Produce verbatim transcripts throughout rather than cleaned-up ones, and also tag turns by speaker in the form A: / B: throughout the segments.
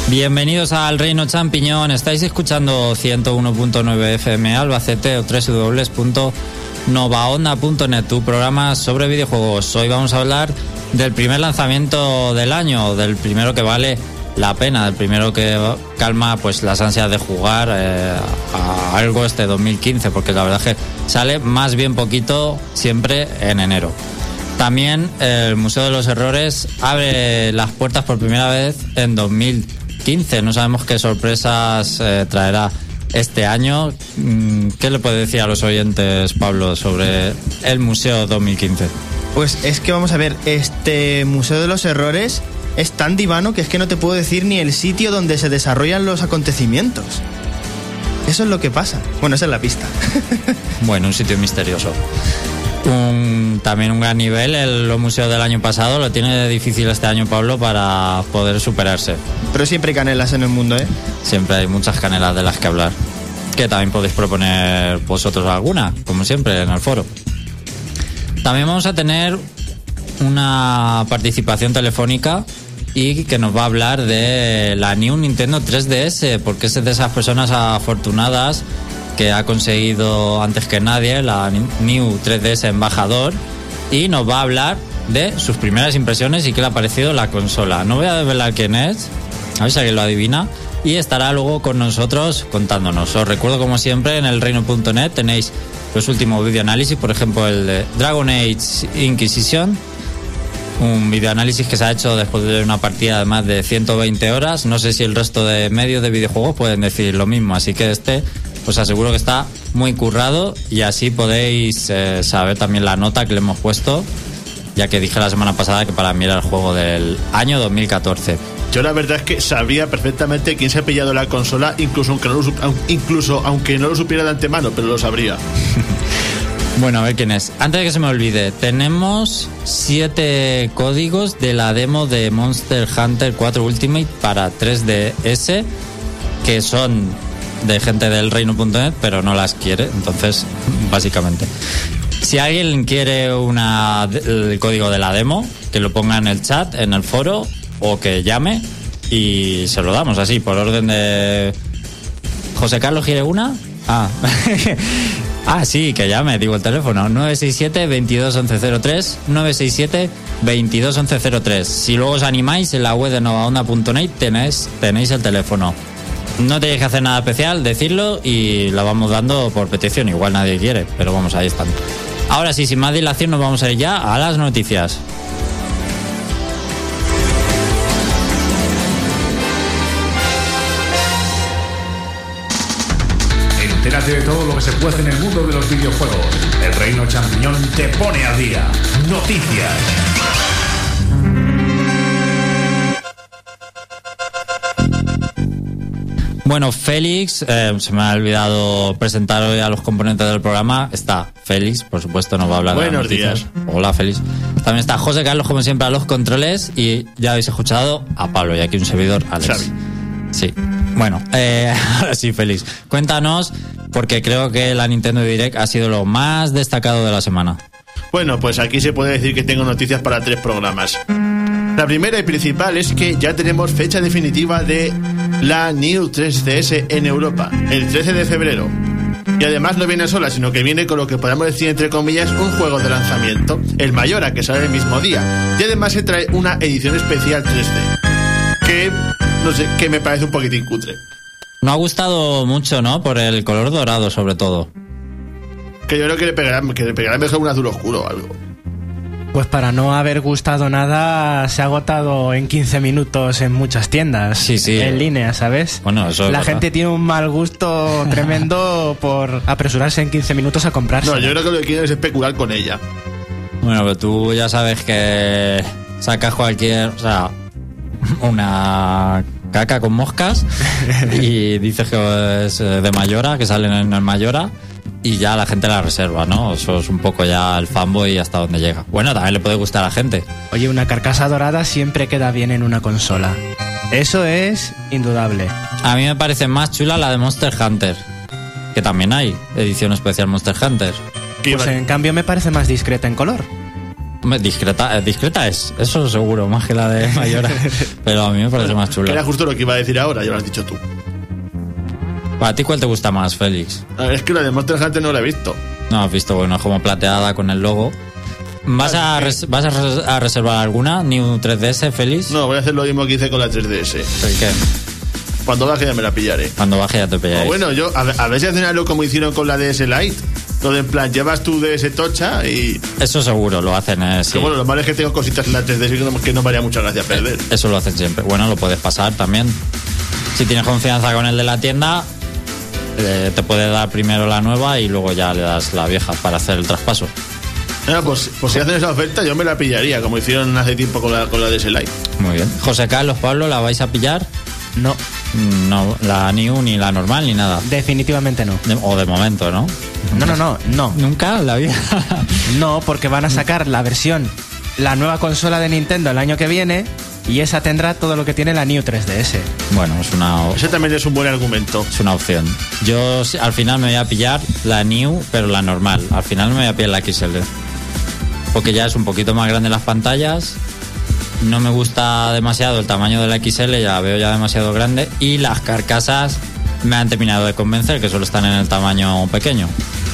A: Bienvenidos al Reino Champiñón. Estáis escuchando ciento uno punto nueve F M Albacete o doble u doble u doble u punto novaonda punto net, tu programa sobre videojuegos. Hoy vamos a hablar del primer lanzamiento del año, del primero que vale la pena, del primero que calma pues las ansias de jugar eh, a algo este dos mil quince, porque la verdad es que sale más bien poquito siempre en enero. También el Museo de los Errores abre las puertas por primera vez en dos mil quince. No sabemos qué sorpresas eh, traerá este año. ¿Qué le puede decir a los oyentes, Pablo, sobre el Museo dos mil quince?
B: Pues es que vamos a ver, este Museo de los Errores es tan divano que es que no te puedo decir ni el sitio donde se desarrollan los acontecimientos. Eso es lo que pasa. Bueno, esa es la pista.
A: Bueno, un sitio misterioso. Un, también un gran nivel. El museo del año pasado lo tiene difícil este año, Pablo, para poder superarse.
B: Pero siempre hay canelas en el mundo, ¿eh?
A: Siempre hay muchas canelas de las que hablar, que también podéis proponer vosotros alguna, como siempre, en el foro. También vamos a tener una participación telefónica y que nos va a hablar de la New Nintendo tres D S, porque es de esas personas afortunadas que ha conseguido antes que nadie la New tres D S embajador, y nos va a hablar de sus primeras impresiones y qué le ha parecido la consola. No voy a desvelar quién es, a ver si alguien lo adivina, y estará luego con nosotros contándonos. Os recuerdo, como siempre, en el reino punto net tenéis los últimos videoanálisis, por ejemplo el de Dragon Age Inquisition, un videoanálisis que se ha hecho después de una partida de más de ciento veinte horas. No sé si el resto de medios de videojuegos pueden decir lo mismo, así que este os aseguro que está muy currado, y así podéis eh, saber también la nota que le hemos puesto, ya que dije la semana pasada que para mí era el juego del año dos mil catorce.
C: Yo la verdad es que sabría perfectamente quién se ha pillado la consola, incluso aunque no lo, incluso aunque no lo supiera de antemano, pero lo sabría.
A: Bueno, a ver quién es. Antes de que se me olvide, tenemos siete códigos de la demo de Monster Hunter cuatro Ultimate para tres D S, que son de gente del reino punto net, pero no las quiere, entonces, básicamente. Si alguien quiere una, el código de la demo, que lo ponga en el chat, en el foro, o que llame y se lo damos así, por orden de... ¿José Carlos quiere una? Ah, ah sí, que llame, digo el teléfono, nueve seis siete, veintidós once cero tres, nueve seis siete, veintidós once cero tres. Si luego os animáis, en la web de novaonda punto net tenéis, tenéis el teléfono. No tenéis que hacer nada especial, decirlo y la vamos dando por petición. Igual nadie quiere, pero vamos, ahí están. Ahora sí, sin más dilación, nos vamos a ir ya a las noticias.
D: Entérate de todo lo que se puede en el mundo de los videojuegos. El Reino Champiñón te pone al día. Noticias.
A: Bueno, Félix, eh, se me ha olvidado presentar hoy a los componentes del programa. Está Félix, por supuesto, nos va a hablar.
C: Buenos
A: de las noticias.
C: días.
A: Hola, Félix. También está José Carlos, como siempre, a los controles, y ya habéis escuchado a Pablo y aquí un servidor, Alex.
C: Xavi.
A: Sí. Bueno, eh, ahora sí, Félix. Cuéntanos, porque creo que la Nintendo Direct ha sido lo más destacado de la semana.
C: Bueno, pues aquí se puede decir que tengo noticias para tres programas. La primera y principal es que ya tenemos fecha definitiva de la New tres D S en Europa, el trece de febrero. Y además no viene sola, sino que viene con lo que podemos decir, entre comillas, un juego de lanzamiento, el Mayora, que sale el mismo día. Y además se trae una edición especial tres D, que, no sé, que me parece un poquitín cutre.
A: No ha gustado mucho, ¿no? Por el color dorado, sobre todo.
C: Que yo creo que le pegará, que le pegará mejor un azul oscuro o algo.
B: Pues para no haber gustado nada, se ha agotado en quince minutos en muchas tiendas.
A: Sí, sí.
B: En línea, ¿sabes?
A: Bueno, eso es
B: La
A: verdad.
B: gente tiene un mal gusto tremendo por apresurarse en quince minutos a comprarse.
C: No, yo creo que lo que quieren es especular con ella.
A: Bueno, pero tú ya sabes que sacas cualquier... O sea, una caca con moscas y dices que es de Mayora, que salen en el Mayora, y ya la gente la reserva, ¿no? Eso es un poco ya el fanboy hasta donde llega. Bueno, también le puede gustar a la gente.
B: Oye, una carcasa dorada siempre queda bien en una consola. Eso es indudable.
A: A mí me parece más chula la de Monster Hunter, que también hay edición especial Monster Hunter.
B: Pues en cambio me parece más discreta en color.
A: Hombre, discreta, eh, discreta es, eso seguro, más que la de Mayora. Pero a mí me parece más chula.
C: Era justo lo que iba a decir ahora, ya lo has dicho tú.
A: ¿Para ti cuál te gusta más, Félix?
C: A ver, es que la de Monster Hunter no la he visto.
A: No, has visto, bueno, como plateada con el logo. ¿Vas a, res, ¿vas a, res, a reservar alguna New tres D S, Félix?
C: No, voy a hacer lo mismo que hice con la tres D S.
A: ¿El qué?
C: Cuando baje ya me la pillaré.
A: Cuando baje ya te pillaré.
C: Bueno, yo, a ver, a ver si hacen algo como hicieron con la D S Lite. Todo en plan, llevas tu D S tocha y...
A: Eso seguro, lo hacen, eh, sí.
C: Que bueno, lo malo es que tengo cositas en la tres D S que no, que no me haría mucha gracia perder.
A: Eso lo hacen siempre. Bueno, lo puedes pasar también. Si tienes confianza con el de la tienda, eh, te puede dar primero la nueva y luego ya le das la vieja para hacer el traspaso.
C: Ah, pues, pues si hacen esa oferta yo me la pillaría, como hicieron hace tiempo con la, con la D S Lite.
A: Muy bien. José Carlos, Pablo, ¿la vais a pillar?
E: No.
A: No, la New ni la normal ni nada.
E: Definitivamente no.
A: De, o de momento, ¿no?
E: No, no, no, no.
A: ¿Nunca la vida?
E: No, porque van a sacar la versión, la nueva consola de Nintendo el año que viene y esa tendrá todo lo que tiene la New tres D S.
A: Bueno, es una...
C: Ese también es un buen argumento.
A: Es una opción. Yo al final me voy a pillar la New, pero la normal. Al final me voy a pillar la X L. Porque ya es un poquito más grande las pantallas. No me gusta demasiado el tamaño de la X L, ya la veo ya demasiado grande. Y las carcasas me han terminado de convencer, que solo están en el tamaño pequeño.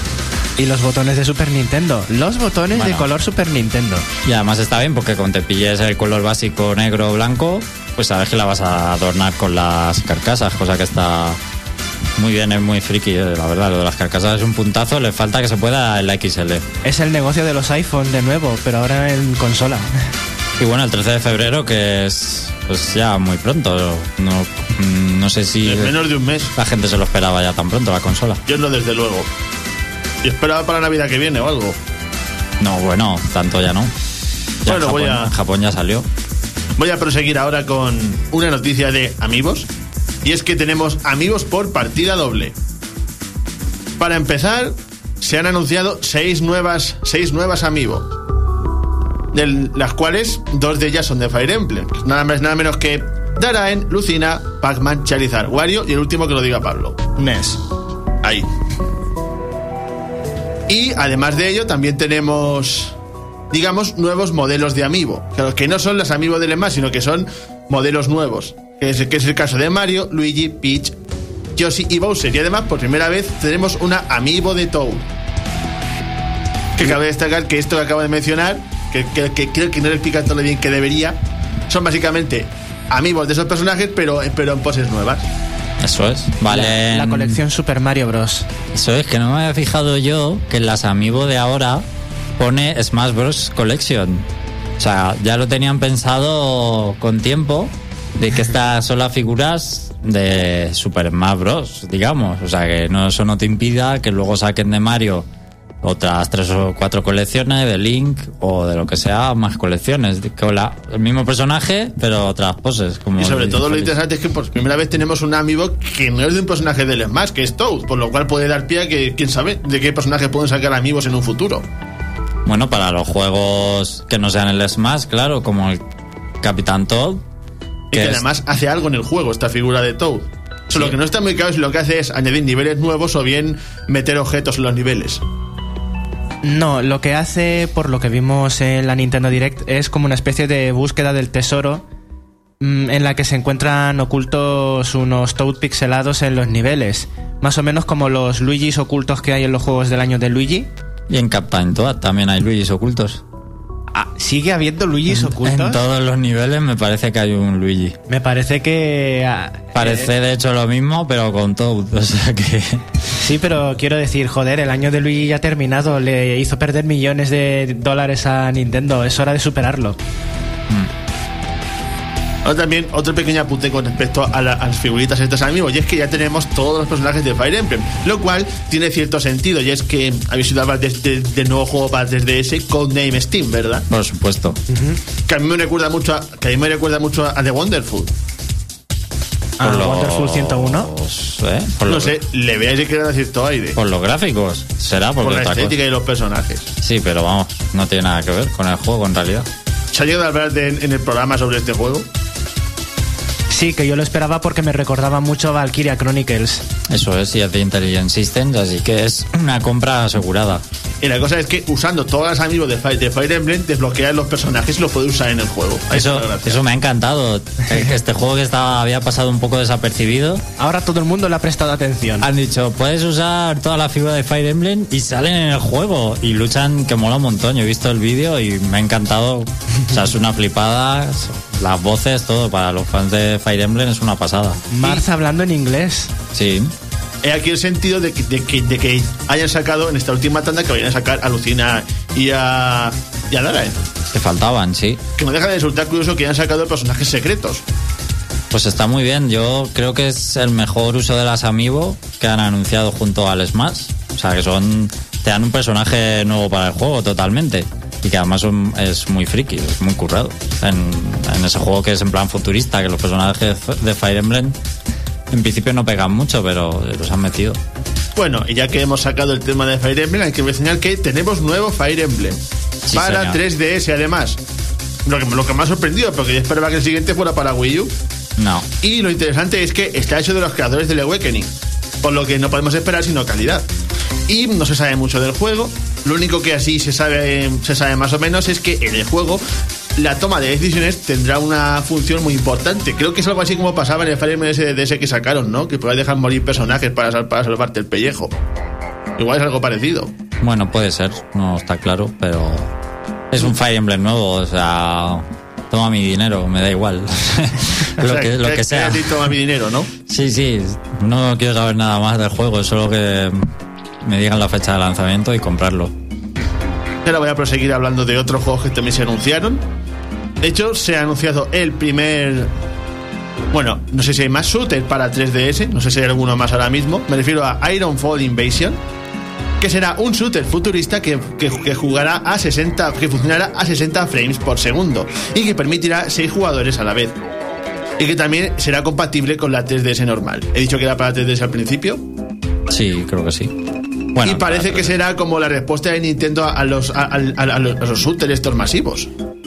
E: Y los botones de Super Nintendo. Los botones
A: bueno,
E: de color Super Nintendo.
A: Y además está bien porque cuando te pilles el color básico negro o blanco, pues sabes que la vas a adornar con las carcasas, cosa que está muy bien, es muy friki, eh, la verdad. Lo de las carcasas es un puntazo, le falta que se pueda en la X L.
E: Es el negocio de los iPhone de nuevo, pero ahora en consola.
A: Y bueno, el trece de febrero, que es pues ya muy pronto. No, no sé si...
C: En menos de un mes.
A: La gente se lo esperaba ya tan pronto, la consola.
C: Yo no, desde luego. Y esperaba para Navidad que viene o algo.
A: No, bueno, tanto ya no. Ya
C: bueno,
A: en Japón,
C: voy a...
A: en Japón ya salió.
C: Voy a proseguir ahora con una noticia de Amigos. Y es que tenemos Amigos por partida doble. Para empezar, se han anunciado seis nuevas, seis nuevas Amiibo. De las cuales dos de ellas son de Fire Emblem. Nada más, nada menos que Daraen, Lucina, Pac-Man, Charizard, Wario y el último que lo diga Pablo.
B: Ness.
C: Ahí. Y además de ello también tenemos, digamos, nuevos modelos de Amiibo. Que no son las Amiibo del E M A, sino que son modelos nuevos. Que es, que es el caso de Mario, Luigi, Peach, Yoshi y Bowser. Y además, por primera vez, tenemos una Amiibo de Toad. Que cabe destacar que esto que acabo de mencionar, que, que, que creo que no le explican todo lo bien que debería, son básicamente Amiibos de esos personajes, pero, pero en poses nuevas.
A: Eso es. Vale.
E: La, la colección Super Mario Bros.
A: Eso es, que no me había fijado yo que en las Amiibo de ahora pone Smash Bros. Collection. O sea, ya lo tenían pensado con tiempo, de que estas son las figuras de Super Smash Bros., digamos. O sea, que no, eso no te impida que luego saquen de Mario otras tres o cuatro colecciones, de Link o de lo que sea, más colecciones con la, el mismo personaje pero otras poses, como
C: y sobre todo lo
A: Félix.
C: interesante es que por primera vez tenemos un Amiibo que no es de un personaje del Smash, que es Toad, por lo cual puede dar pie a que quién sabe de qué personaje pueden sacar Amiibos en un futuro.
A: Bueno, para los juegos que no sean el Smash, claro, como el Capitán Toad,
C: y que
A: es...
C: además hace algo en el juego esta figura de Toad.
A: Sí.
C: Lo que no está muy claro es lo que hace es añadir niveles nuevos o bien meter objetos en los niveles.
E: No, lo que hace, por lo que vimos en la Nintendo Direct, es como una especie de búsqueda del tesoro mmm, en la que se encuentran ocultos unos Toad pixelados en los niveles. Más o menos como los Luigis ocultos que hay en los juegos del año de Luigi.
A: Y en Captain Toad también hay Luigis ocultos.
E: Ah, ¿sigue habiendo Luigis ocultos?
A: En todos los niveles me parece que hay un Luigi.
E: Me parece que... Ah,
A: Parece
E: eh,
A: de hecho lo mismo, pero con Toad, o sea que...
E: Sí, pero quiero decir, joder, el año de Luigi ya ha terminado, le hizo perder millones de dólares a Nintendo, es hora de superarlo.
A: Mm.
C: Ahora también otro pequeño apunte con respecto a, la, a las figuritas estas Amigos, y es que ya tenemos todos los personajes de Fire Emblem, lo cual tiene cierto sentido, y es que habéis ido a hablar de, de, del nuevo juego para tres D S, Codename Steam, ¿verdad?
A: Por supuesto.
E: Uh-huh.
C: Que a mí me recuerda mucho a, que a mí me recuerda mucho a The Wonderful.
E: ¿A
A: Por los-
E: Wonderful ciento uno?
A: ¿eh? Por
C: No
A: los-
C: sé, le veáis que queda cierto aire.
A: Por los gráficos. Será por,
C: Por la
A: otra cosa.
C: estética y los personajes.
A: Sí, pero vamos, no tiene nada que ver con el juego en realidad.
C: ¿Se ha llegado a hablar de- en el programa sobre este juego?
E: Sí, que yo lo esperaba porque me recordaba mucho a Valkyria Chronicles.
A: Eso es, y es de Intelligent Systems, así que es una compra asegurada.
C: Y la cosa es que usando todas las amigos de Fire, de Fire Emblem, desbloqueas los personajes y los puedes usar en el juego. Ahí
A: Eso,
C: está la gracia.
A: eso me ha encantado. Este juego que estaba, había pasado un poco desapercibido.
E: Ahora todo el mundo le ha prestado atención.
A: Han dicho, puedes usar toda la figura de Fire Emblem y salen en el juego y luchan, que mola un montón. Yo he visto el vídeo y me ha encantado. O sea, es una flipada. Las voces, todo. Para los fans de Fire Emblem es una pasada.
E: Marza hablando en inglés.
A: Sí.
C: He aquí el sentido de que, de, que, de que hayan sacado en esta última tanda que vayan a sacar a Lucina y a, y a Lara, ¿eh?
A: Que faltaban, sí.
C: Que no deja de resultar curioso que hayan sacado personajes secretos.
A: Pues está muy bien. Yo creo que es el mejor uso de las Amiibo que han anunciado junto al Smash. O sea, que son te dan un personaje nuevo para el juego totalmente. Y que además son, es muy friki, es muy currado. En, en ese juego que es en plan futurista, que los personajes de Fire Emblem en principio no pegan mucho, pero los han metido.
C: Bueno, y ya que hemos sacado el tema de Fire Emblem, hay que mencionar que tenemos nuevo Fire Emblem.
A: Sí,
C: para
A: señor.
C: tres D S además. Lo que, lo que me ha sorprendido, porque yo esperaba que el siguiente fuera para Wii U.
A: No.
C: Y lo interesante es que está hecho de los creadores del Awakening, por lo que no podemos esperar sino calidad. Y no se sabe mucho del juego. Lo único que así se sabe, se sabe más o menos es que en el juego la toma de decisiones tendrá una función muy importante. Creo que es algo así como pasaba en el Fire Emblem D S que sacaron, ¿no? Que podías dejar morir personajes para, sal- para salvarte el pellejo. Igual es algo parecido.
A: Bueno, puede ser, no está claro, pero es un Fire Emblem nuevo, o sea, toma mi dinero, me da igual.
C: O
A: lo
C: sea,
A: que, lo que sea.
C: Que toma mi dinero, ¿no?
A: Sí, sí, no quiero saber nada más del juego, solo que me digan la fecha de lanzamiento y comprarlo.
C: Ahora voy a proseguir hablando de otros juegos que también se anunciaron. De hecho, se ha anunciado el primer... Bueno, no sé si hay más shooters para tres D S, no sé si hay alguno más ahora mismo. Me refiero a Ironfall Invasion, que será un shooter futurista que, que, que jugará a sesenta, que funcionará a sesenta frames por segundo y que permitirá seis jugadores a la vez. Y que también será compatible con la tres D S normal. He dicho que era para tres D S al principio.
A: Sí, creo que sí. Bueno,
C: y parece que será como la respuesta de Nintendo a los, a, a, a, a los, a los shooters estos masivos.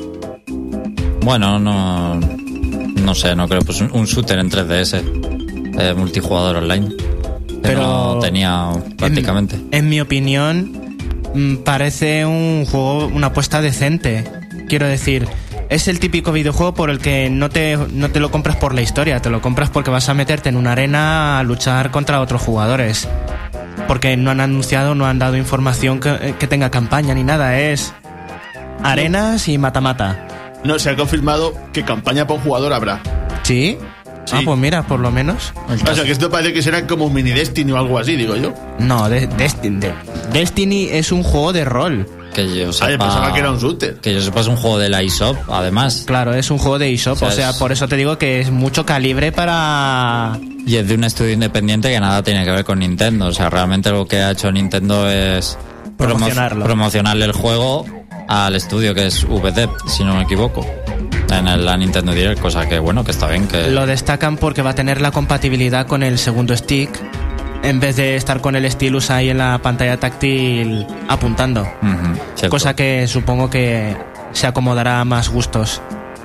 A: Bueno, no, no sé, no creo, pues un, un shooter en tres D S, eh, multijugador online, que
E: Pero
A: no tenía prácticamente.
E: En, en mi opinión, mm, parece un juego, una apuesta decente. Quiero decir, es el típico videojuego por el que no te, no te lo compras por la historia, te lo compras porque vas a meterte en una arena a luchar contra otros jugadores. Porque no han anunciado, no han dado información que, que tenga campaña ni nada, es arenas y mata-mata.
C: No, se ha confirmado que campaña por jugador habrá.
E: ¿Sí?
C: Sí.
E: Ah, pues mira, por lo menos.
C: O sea, que esto parece que será como un mini Destiny o algo así, digo yo.
E: No, de, Destiny, de- Destiny es un juego de rol.
A: Que yo sepa,
C: Ah, pensaba que era un shooter.
A: que yo sepa es un juego de la I S O P, además.
E: Claro, es un juego de I S O P,
A: O sea,
E: o sea,
A: es-
E: por eso te digo que es mucho calibre para...
A: Y es de un estudio independiente que nada tiene que ver con Nintendo. O sea, realmente lo que ha hecho Nintendo es promo-
E: Promocionarlo.
A: promocionarle el juego al estudio que es V D, si no me equivoco, en el, la Nintendo Direct, cosa que bueno, que está bien. Que
E: Lo destacan porque va a tener la compatibilidad con el segundo stick, en vez de estar con el stylus ahí en la pantalla táctil apuntando.
A: Ujú, cierto.
E: Cosa que supongo que se acomodará a más gustos.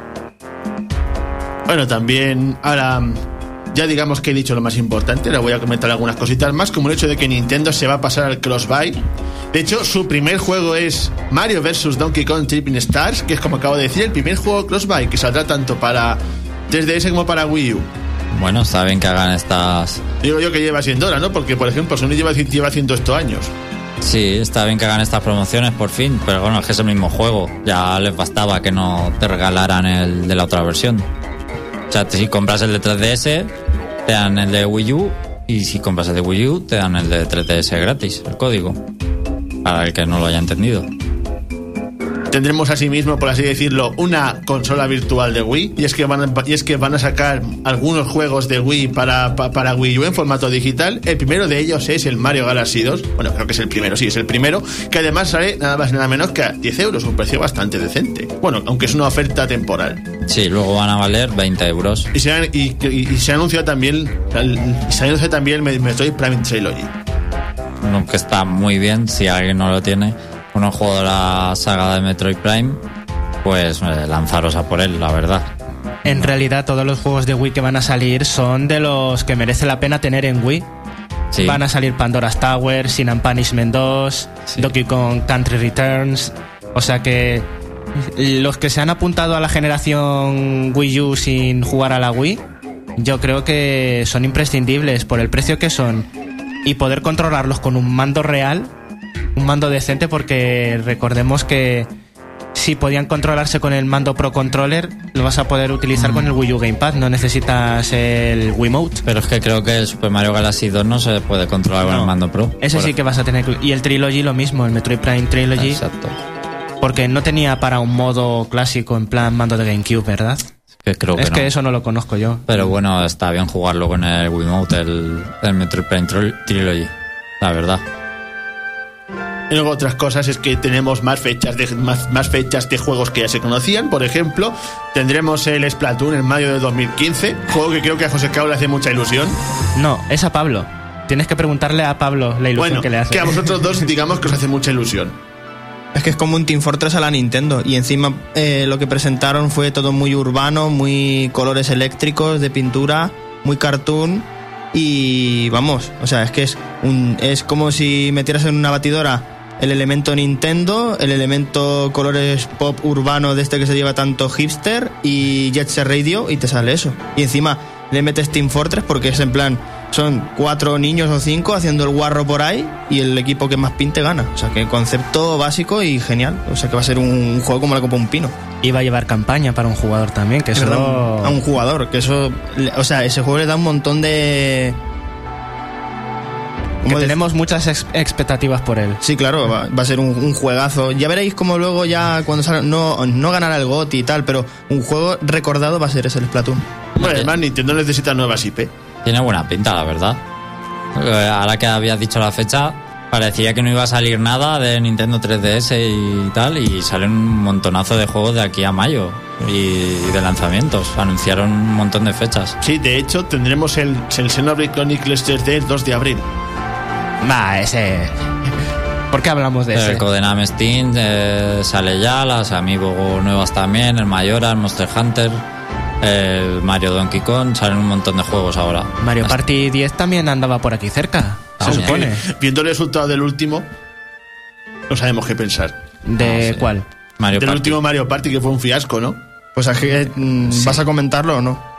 C: Bueno, también ahora ya digamos que he dicho lo más importante. Le voy a comentar algunas cositas más, como el hecho de que Nintendo se va a pasar al cross-buy. De hecho, su primer juego es Mario versus. Donkey Kong Tripping Stars, que es, como acabo de decir, el primer juego cross-buy que saldrá tanto para tres D S como para Wii U.
A: Bueno, está bien que hagan estas...
C: Digo yo que lleva siendo hora, ¿no? Porque, por ejemplo, Sony lleva, lleva haciendo esto años.
A: Sí, está bien que hagan estas promociones por fin, pero bueno, es que es el mismo juego. Ya les bastaba que no te regalaran el de la otra versión. O sea, si compras el de tres D S, te dan el de Wii U, y si compras el de Wii U, te dan el de tres D S gratis, el código. Para el que no lo haya entendido.
C: Tendremos asimismo, por así decirlo, una consola virtual de Wii, y es que van a, y es que van a sacar algunos juegos de Wii para, para, para Wii U en formato digital. El primero de ellos es el Mario Galaxy dos. Bueno, creo que es el primero, sí, es el primero, que además sale nada más y nada menos que a diez euros, un precio bastante decente. Bueno, aunque es una oferta temporal.
A: Sí, luego van a valer veinte euros.
C: Y se, ha, y, y, y se ha anunciado también el, se ha anunciado también el Metroid Prime Trilogy.
A: Uno que está muy bien, si alguien no lo tiene, uno juego de la saga de Metroid Prime, pues eh, lanzaros a por él, la verdad.
E: En realidad todos los juegos de Wii que van a salir son de los que merece la pena tener en Wii.
A: Sí.
E: Van a salir Pandora's Tower, Sin and Punishment dos,
A: Sí.
E: Donkey Kong Country Returns. O sea que los que se han apuntado a la generación Wii U sin jugar a la Wii, yo creo que son imprescindibles por el precio que son y poder controlarlos con un mando real, un mando decente, porque recordemos que si podían controlarse con el mando Pro Controller, lo vas a poder utilizar mm. con el Wii U Gamepad, no necesitas el Wiimote.
A: Pero es que creo que el Super Mario Galaxy dos no se puede controlar no. con el mando Pro.
E: Ese sí que vas a tener que... Y el Trilogy lo mismo, el Metroid Prime Trilogy.
A: Exacto.
E: Porque no tenía para un modo clásico en plan mando de GameCube, ¿verdad?
A: Que creo que
E: es
A: no.
E: que eso no lo conozco yo.
A: Pero bueno, está bien jugarlo con el Wiimote, el, el Metroid Prime Trilogy, la verdad.
C: Y luego otras cosas es que tenemos más fechas de más, más fechas de juegos que ya se conocían. Por ejemplo, tendremos el Splatoon en mayo de dos mil quince, juego que creo que a José Cao le hace mucha ilusión.
E: No, es a Pablo. Tienes que preguntarle a Pablo la ilusión
C: bueno,
E: que le hace.
C: Que a vosotros dos digamos que os hace mucha ilusión.
B: Es que es como un Team Fortress a la Nintendo. Y encima eh, lo que presentaron fue todo muy urbano, muy colores eléctricos de pintura, muy cartoon. Y vamos, o sea, es que es un es como si metieras en una batidora el elemento Nintendo, el elemento colores pop urbano de este que se lleva tanto hipster y Jet Set Radio, y te sale eso. Y encima le metes Team Fortress porque es en plan, son cuatro niños o cinco haciendo el guarro por ahí y el equipo que más pinte gana. O sea, que concepto básico y genial. O sea, que va a ser un juego como la copa un pino.
E: Y va a llevar campaña para un jugador también, que eso...
B: A un jugador, que eso... O sea, ese juego le da un montón de...
E: Que tenemos muchas ex- expectativas por él.
B: Sí, claro, va, va a ser un, un juegazo. Ya veréis como luego ya cuando salga, no, no ganará el GOTY y tal, pero un juego recordado va a ser ese, el Splatoon.
C: Bueno, además Nintendo necesita nuevas I P.
A: Tiene buena pinta, la verdad. Ahora que habías dicho la fecha, parecía que no iba a salir nada de Nintendo tres D S y tal, y salen un montonazo de juegos de aquí a mayo y de lanzamientos. Anunciaron un montón de fechas.
C: Sí, de hecho tendremos el, el Xenoblade Chronicles tres D el dos de abril.
E: Nah, ese... ¿Por qué hablamos de ese?
A: El Codename Steam eh, sale ya, las Amiibo nuevas también, el Majora, el Monster Hunter, el Mario Donkey Kong, salen un montón de juegos ahora.
E: Mario Party diez también andaba por aquí cerca,
A: ah,
E: se
A: sí.
E: supone.
C: Viendo el resultado del último, no sabemos qué pensar.
E: ¿De
A: ah, sí.
E: cuál?
A: Mario
C: del
A: Party.
C: último Mario Party, que fue un fiasco, ¿no?
B: Pues aquí, mm,
E: Sí.
B: ¿vas a comentarlo o no?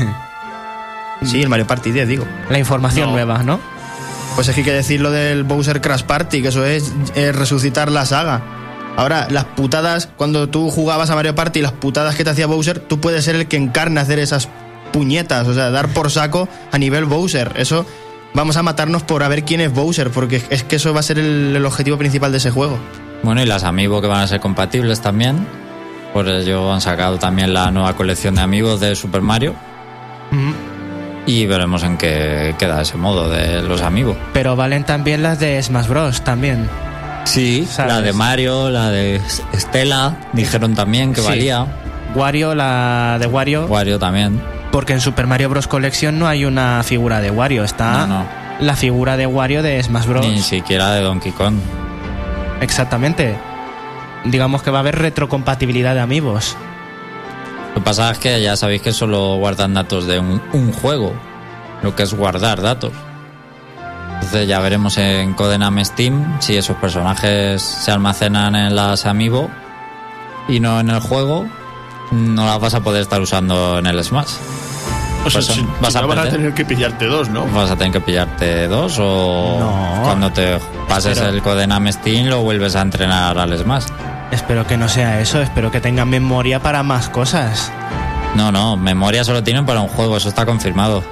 B: Sí, el Mario Party diez, digo.
E: La información
C: No.
E: nueva, ¿no?
B: Pues es que hay que decir lo del Bowser Crash Party, que eso es, es resucitar la saga. Ahora, las putadas, cuando tú jugabas a Mario Party, las putadas que te hacía Bowser, tú puedes ser el que encarna hacer esas puñetas, o sea, dar por saco a nivel Bowser. Eso, vamos a matarnos por a ver quién es Bowser, porque es que eso va a ser el, el objetivo principal de ese juego.
A: Bueno, y las Amiibo que van a ser compatibles también. Por ello han sacado también la nueva colección de Amiibo de Super Mario.
E: Mm.
A: Y veremos en qué queda ese modo de los Amiibo.
E: Pero valen también las de Smash Bros. También.
A: Sí,
E: ¿sabes?
A: la de Mario, la de Estela, dijeron también que
E: Sí.
A: valía.
E: Wario, la de Wario.
A: Wario también.
E: Porque en Super Mario Bros. Collection no hay una figura de Wario, está
A: No, no.
E: la figura de Wario de Smash Bros.
A: Ni siquiera de Donkey Kong.
E: Exactamente. Digamos que va a haber retrocompatibilidad de amigos.
A: Lo que pasa es que ya sabéis que solo guardan datos de un, un juego, lo que es guardar datos. Entonces ya veremos en Codename Steam si esos personajes se almacenan en las Amiibo y no en el juego, no las vas a poder estar usando en el Smash.
C: O sea,
A: Pues,
C: si,
A: vas
C: si
A: a
C: no vas a
A: perder.
C: tener que pillarte dos, ¿no?
A: Vas a tener que pillarte dos o
E: No.
A: cuando te pases
E: Espero.
A: el Codename Steam lo vuelves a entrenar al Smash.
E: Espero que no sea eso, espero que tengan memoria para más cosas.
A: No, no, memoria solo tienen para un juego, eso está confirmado.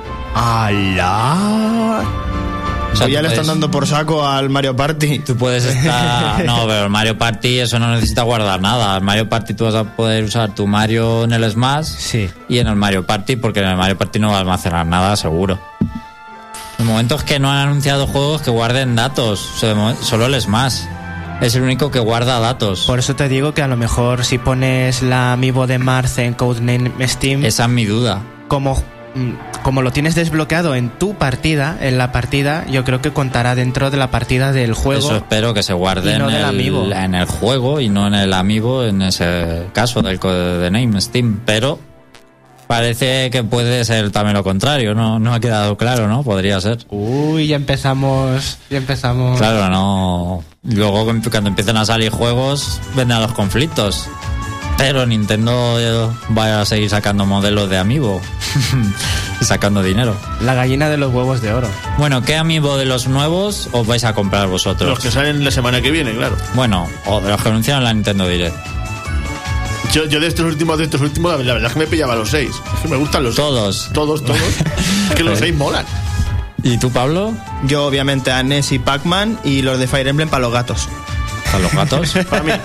E: ¡Hala!
A: O sea,
B: Pues ya
A: tú
B: le están
A: puedes-
B: dando por saco al Mario Party.
A: Tú puedes estar... No, pero el Mario Party eso no necesita guardar nada. El Mario Party tú vas a poder usar tu Mario en el Smash
E: Sí.
A: y en el Mario Party, porque en el Mario Party no va a almacenar nada, seguro. El momento es que no han anunciado juegos que guarden datos. O sea, de momen- solo el Smash es el único que guarda datos.
E: Por eso te digo que a lo mejor si pones la Amiibo de Marth en Codename Steam,
A: Esa es mi duda.
E: como, mm, como lo tienes desbloqueado en tu partida, en la partida, yo creo que contará dentro de la partida del juego.
A: Eso espero que se guarde
E: y no
A: en,
E: del
A: el,
E: Amiibo.
A: en el juego y no en el Amiibo, en ese caso del Codename Steam. Pero parece que puede ser también lo contrario, no, no ha quedado claro, ¿no? Podría ser.
E: Uy, ya empezamos, ya empezamos.
A: Claro, no. Luego cuando empiecen a salir juegos, vendrán los conflictos. Pero Nintendo va a seguir sacando modelos de Amiibo y sacando dinero.
E: La gallina de los huevos de oro.
A: Bueno, ¿qué Amiibo de los nuevos os vais a comprar vosotros?
C: Los que salen la semana que viene, claro.
A: Bueno, o de los que anunciaron la Nintendo Direct.
C: Yo, yo de estos últimos, de estos últimos, la verdad es que me pillaba los seis. Es que me gustan los
A: Todos.
C: seis. Todos, todos. Es que los seis molan.
A: ¿Y tú, Pablo?
B: Yo, obviamente, a Ness y Pac-Man y los de Fire Emblem para los gatos.
A: ¿Para los gatos?
C: Para mí.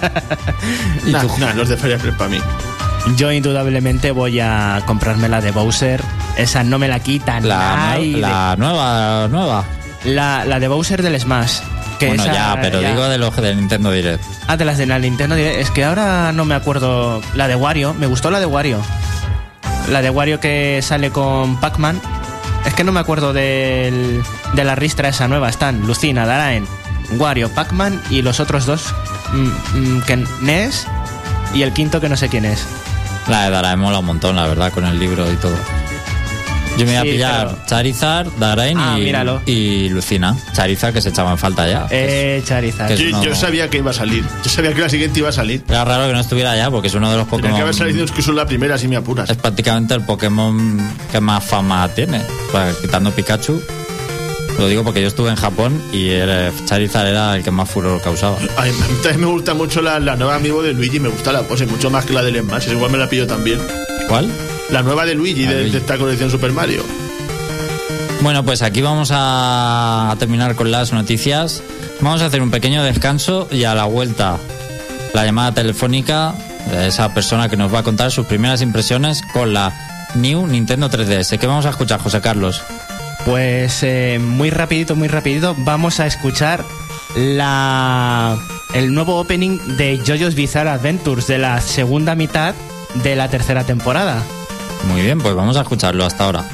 A: ¿Y
C: Nah,
A: tú?
C: nah, los de Fire Emblem para mí.
E: Yo indudablemente voy a comprarme la de Bowser. Esa no me la quitan.
A: La,
E: Ay,
A: la nueva, nueva.
E: la, la de Bowser del Smash. Que
A: Bueno,
E: esa-
A: ya, pero
E: ya.
A: digo de los de Nintendo Direct.
E: Ah, de las de la Nintendo Direct. Es que ahora no me acuerdo. La de Wario. Me gustó la de Wario. La de Wario que sale con Pac-Man. Es que no me acuerdo del, de la ristra esa nueva. Están Lucina, Daraen, Wario, Pac-Man y los otros dos. Mm, mm, que Ness y el quinto que no sé quién es.
A: La de Daraen mola un montón, la verdad, con el libro y todo. Yo me voy a
E: Sí,
A: pillar
E: pero-
A: Charizard, Daraen
E: Ah,
A: y,
E: míralo.
A: y Lucina. Charizard que se echaba en falta ya.
E: Eh, Charizard.
A: que es-
C: Yo,
A: no-
C: yo sabía que iba a salir. Yo sabía que la siguiente iba a salir.
A: Era raro que no estuviera ya porque es uno de los
C: Tenía
A: Pokémon.
C: que haber salido, es que son la primera, si me apuras.
A: Es prácticamente el Pokémon que más fama tiene. Pues, quitando Pikachu. Lo digo porque yo estuve en Japón y el Charizard era el que más furor causaba.
C: A mí también me gusta mucho la, la nueva amigo de Luigi. Me gusta la pose, mucho más que la del Smash. Igual me la pillo también.
A: ¿Cuál?
C: La nueva de Luigi,
A: Ah,
C: de,
A: Luigi.
C: de esta colección Super Mario.
A: Bueno, pues aquí vamos a, a terminar con las noticias. Vamos a hacer un pequeño descanso y a la vuelta la llamada telefónica de esa persona que nos va a contar sus primeras impresiones con la New Nintendo tres D S. ¿Qué vamos a escuchar, José Carlos?
E: Pues eh, muy rapidito, muy rapidito, vamos a escuchar la el nuevo opening de JoJo's Bizarre Adventures de la segunda mitad de la tercera temporada.
A: Muy bien, pues vamos a escucharlo hasta ahora.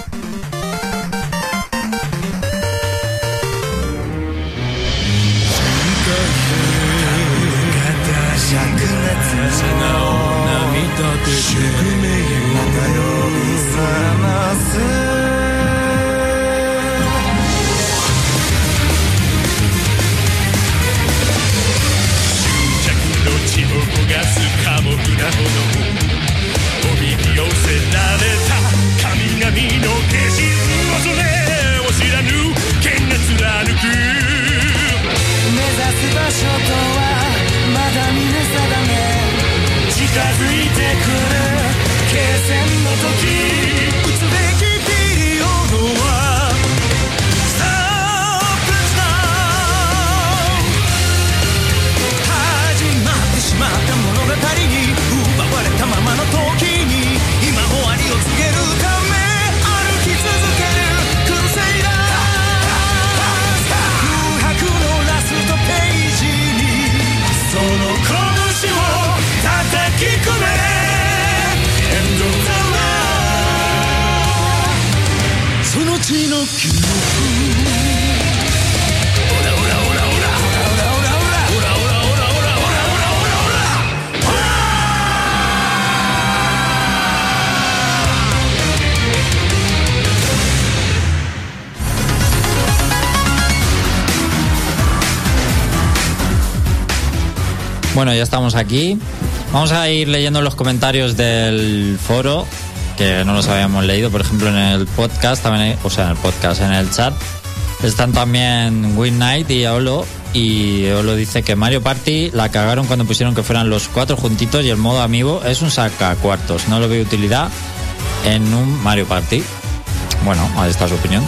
A: 'Bueno, ya estamos aquí. Vamos a ir leyendo los comentarios del foro, que no los habíamos leído, por ejemplo, en el podcast, también hay- o sea, en el podcast, en el chat. Están también Win Knight y Olo, y Olo dice que Mario Party la cagaron cuando pusieron que fueran los cuatro juntitos y el modo amiibo es un sacacuartos. No lo veo utilidad en un Mario Party. Bueno, ahí está su opinión.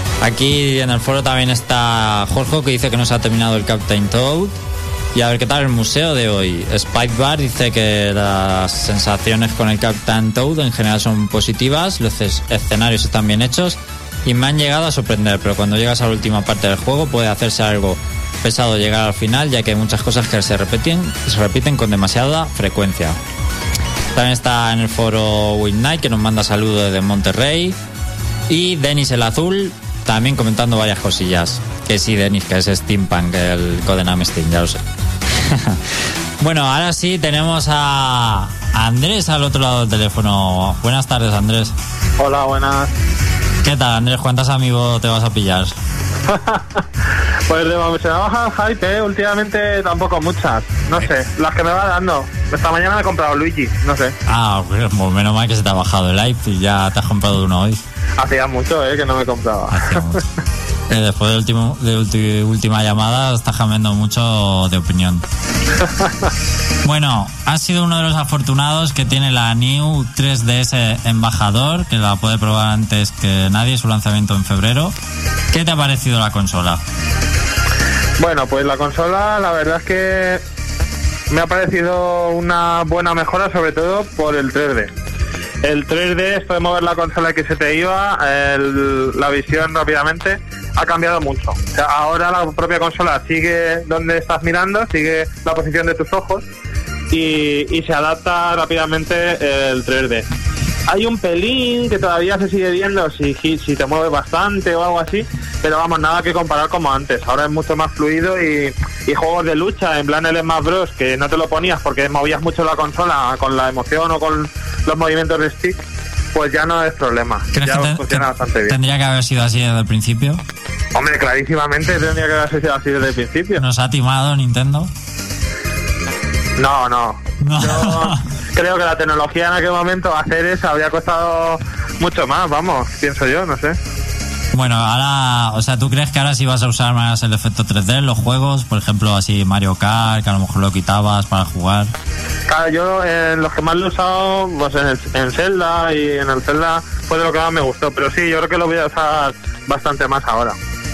A: Aquí en el foro también está Jorge, que dice que no se ha terminado el Captain Toad. Y a ver qué tal el museo de hoy. Spike Bar dice que las sensaciones con el Captain Toad en general son positivas, los es- escenarios están bien hechos y me han llegado a sorprender, pero cuando llegas a la última parte del juego puede hacerse algo pesado llegar al final, ya que hay muchas cosas que se repiten, se repiten con demasiada frecuencia. También está en el foro Win Knight, que nos manda saludos desde Monterrey, y Denis el Azul también comentando varias cosillas. Que sí, Denis, que es Steampunk, el Codename Steam, ya lo sé. Bueno, ahora sí tenemos a, Andrés al otro lado del teléfono. Buenas tardes, Andrés.
F: Hola, buenas.
A: ¿Qué tal, Andrés? ¿Cuántas amigos te vas a pillar?
F: Pues de momento se me ha bajado el hype, ¿eh? Últimamente tampoco muchas. No sé, las que me va dando. Esta mañana me he comprado Luigi, no sé.
A: Ah, pues menos mal que se te ha bajado el hype y ya te has comprado uno hoy.
F: Hacía mucho, ¿eh? Que no me compraba.
A: Hacía mucho. Eh, después de, último, de ulti, última llamada estás cambiando mucho de opinión. Bueno, has sido uno de los afortunados que tiene la New tres D S Embajador, que la puede probar antes que nadie, su lanzamiento en febrero. ¿Qué te ha parecido la consola?
F: Bueno, pues la consola la verdad es que me ha parecido una buena mejora, sobre todo por el tres D. El tres D, esto de mover la consola que se te iba, el, la visión rápidamente, ha cambiado mucho. O sea, ahora la propia consola sigue donde estás mirando, sigue la posición de tus ojos y, y se adapta rápidamente el tres D. Hay un pelín que todavía se sigue viendo si, si te mueves bastante o algo así, pero vamos, nada que comparar como antes. Ahora es mucho más fluido y, y juegos de lucha, en plan el Smash Bros, que no te lo ponías porque movías mucho la consola con la emoción o con los movimientos de stick, pues ya no es problema.
A: ¿Crees
F: ya
A: que te,
F: funciona
A: te,
F: bastante bien.
A: ¿Tendría que haber sido así desde el principio?
F: Hombre, clarísimamente tendría que haber sido así desde el principio.
A: ¿Nos ha timado Nintendo?
F: No, no.
A: No.
F: Yo creo que la tecnología en aquel momento, hacer eso habría costado mucho más, vamos, pienso yo, no sé.
A: Bueno, ahora, o sea, ¿tú crees que ahora sí vas a usar más el efecto tres D en los juegos? Por ejemplo, así Mario Kart, que a lo mejor lo quitabas para jugar.
F: Claro, yo en eh, los que más lo he usado, pues en, el, en Zelda, y en el Zelda fue de lo que más me gustó, pero sí, yo creo que lo voy a usar bastante más ahora.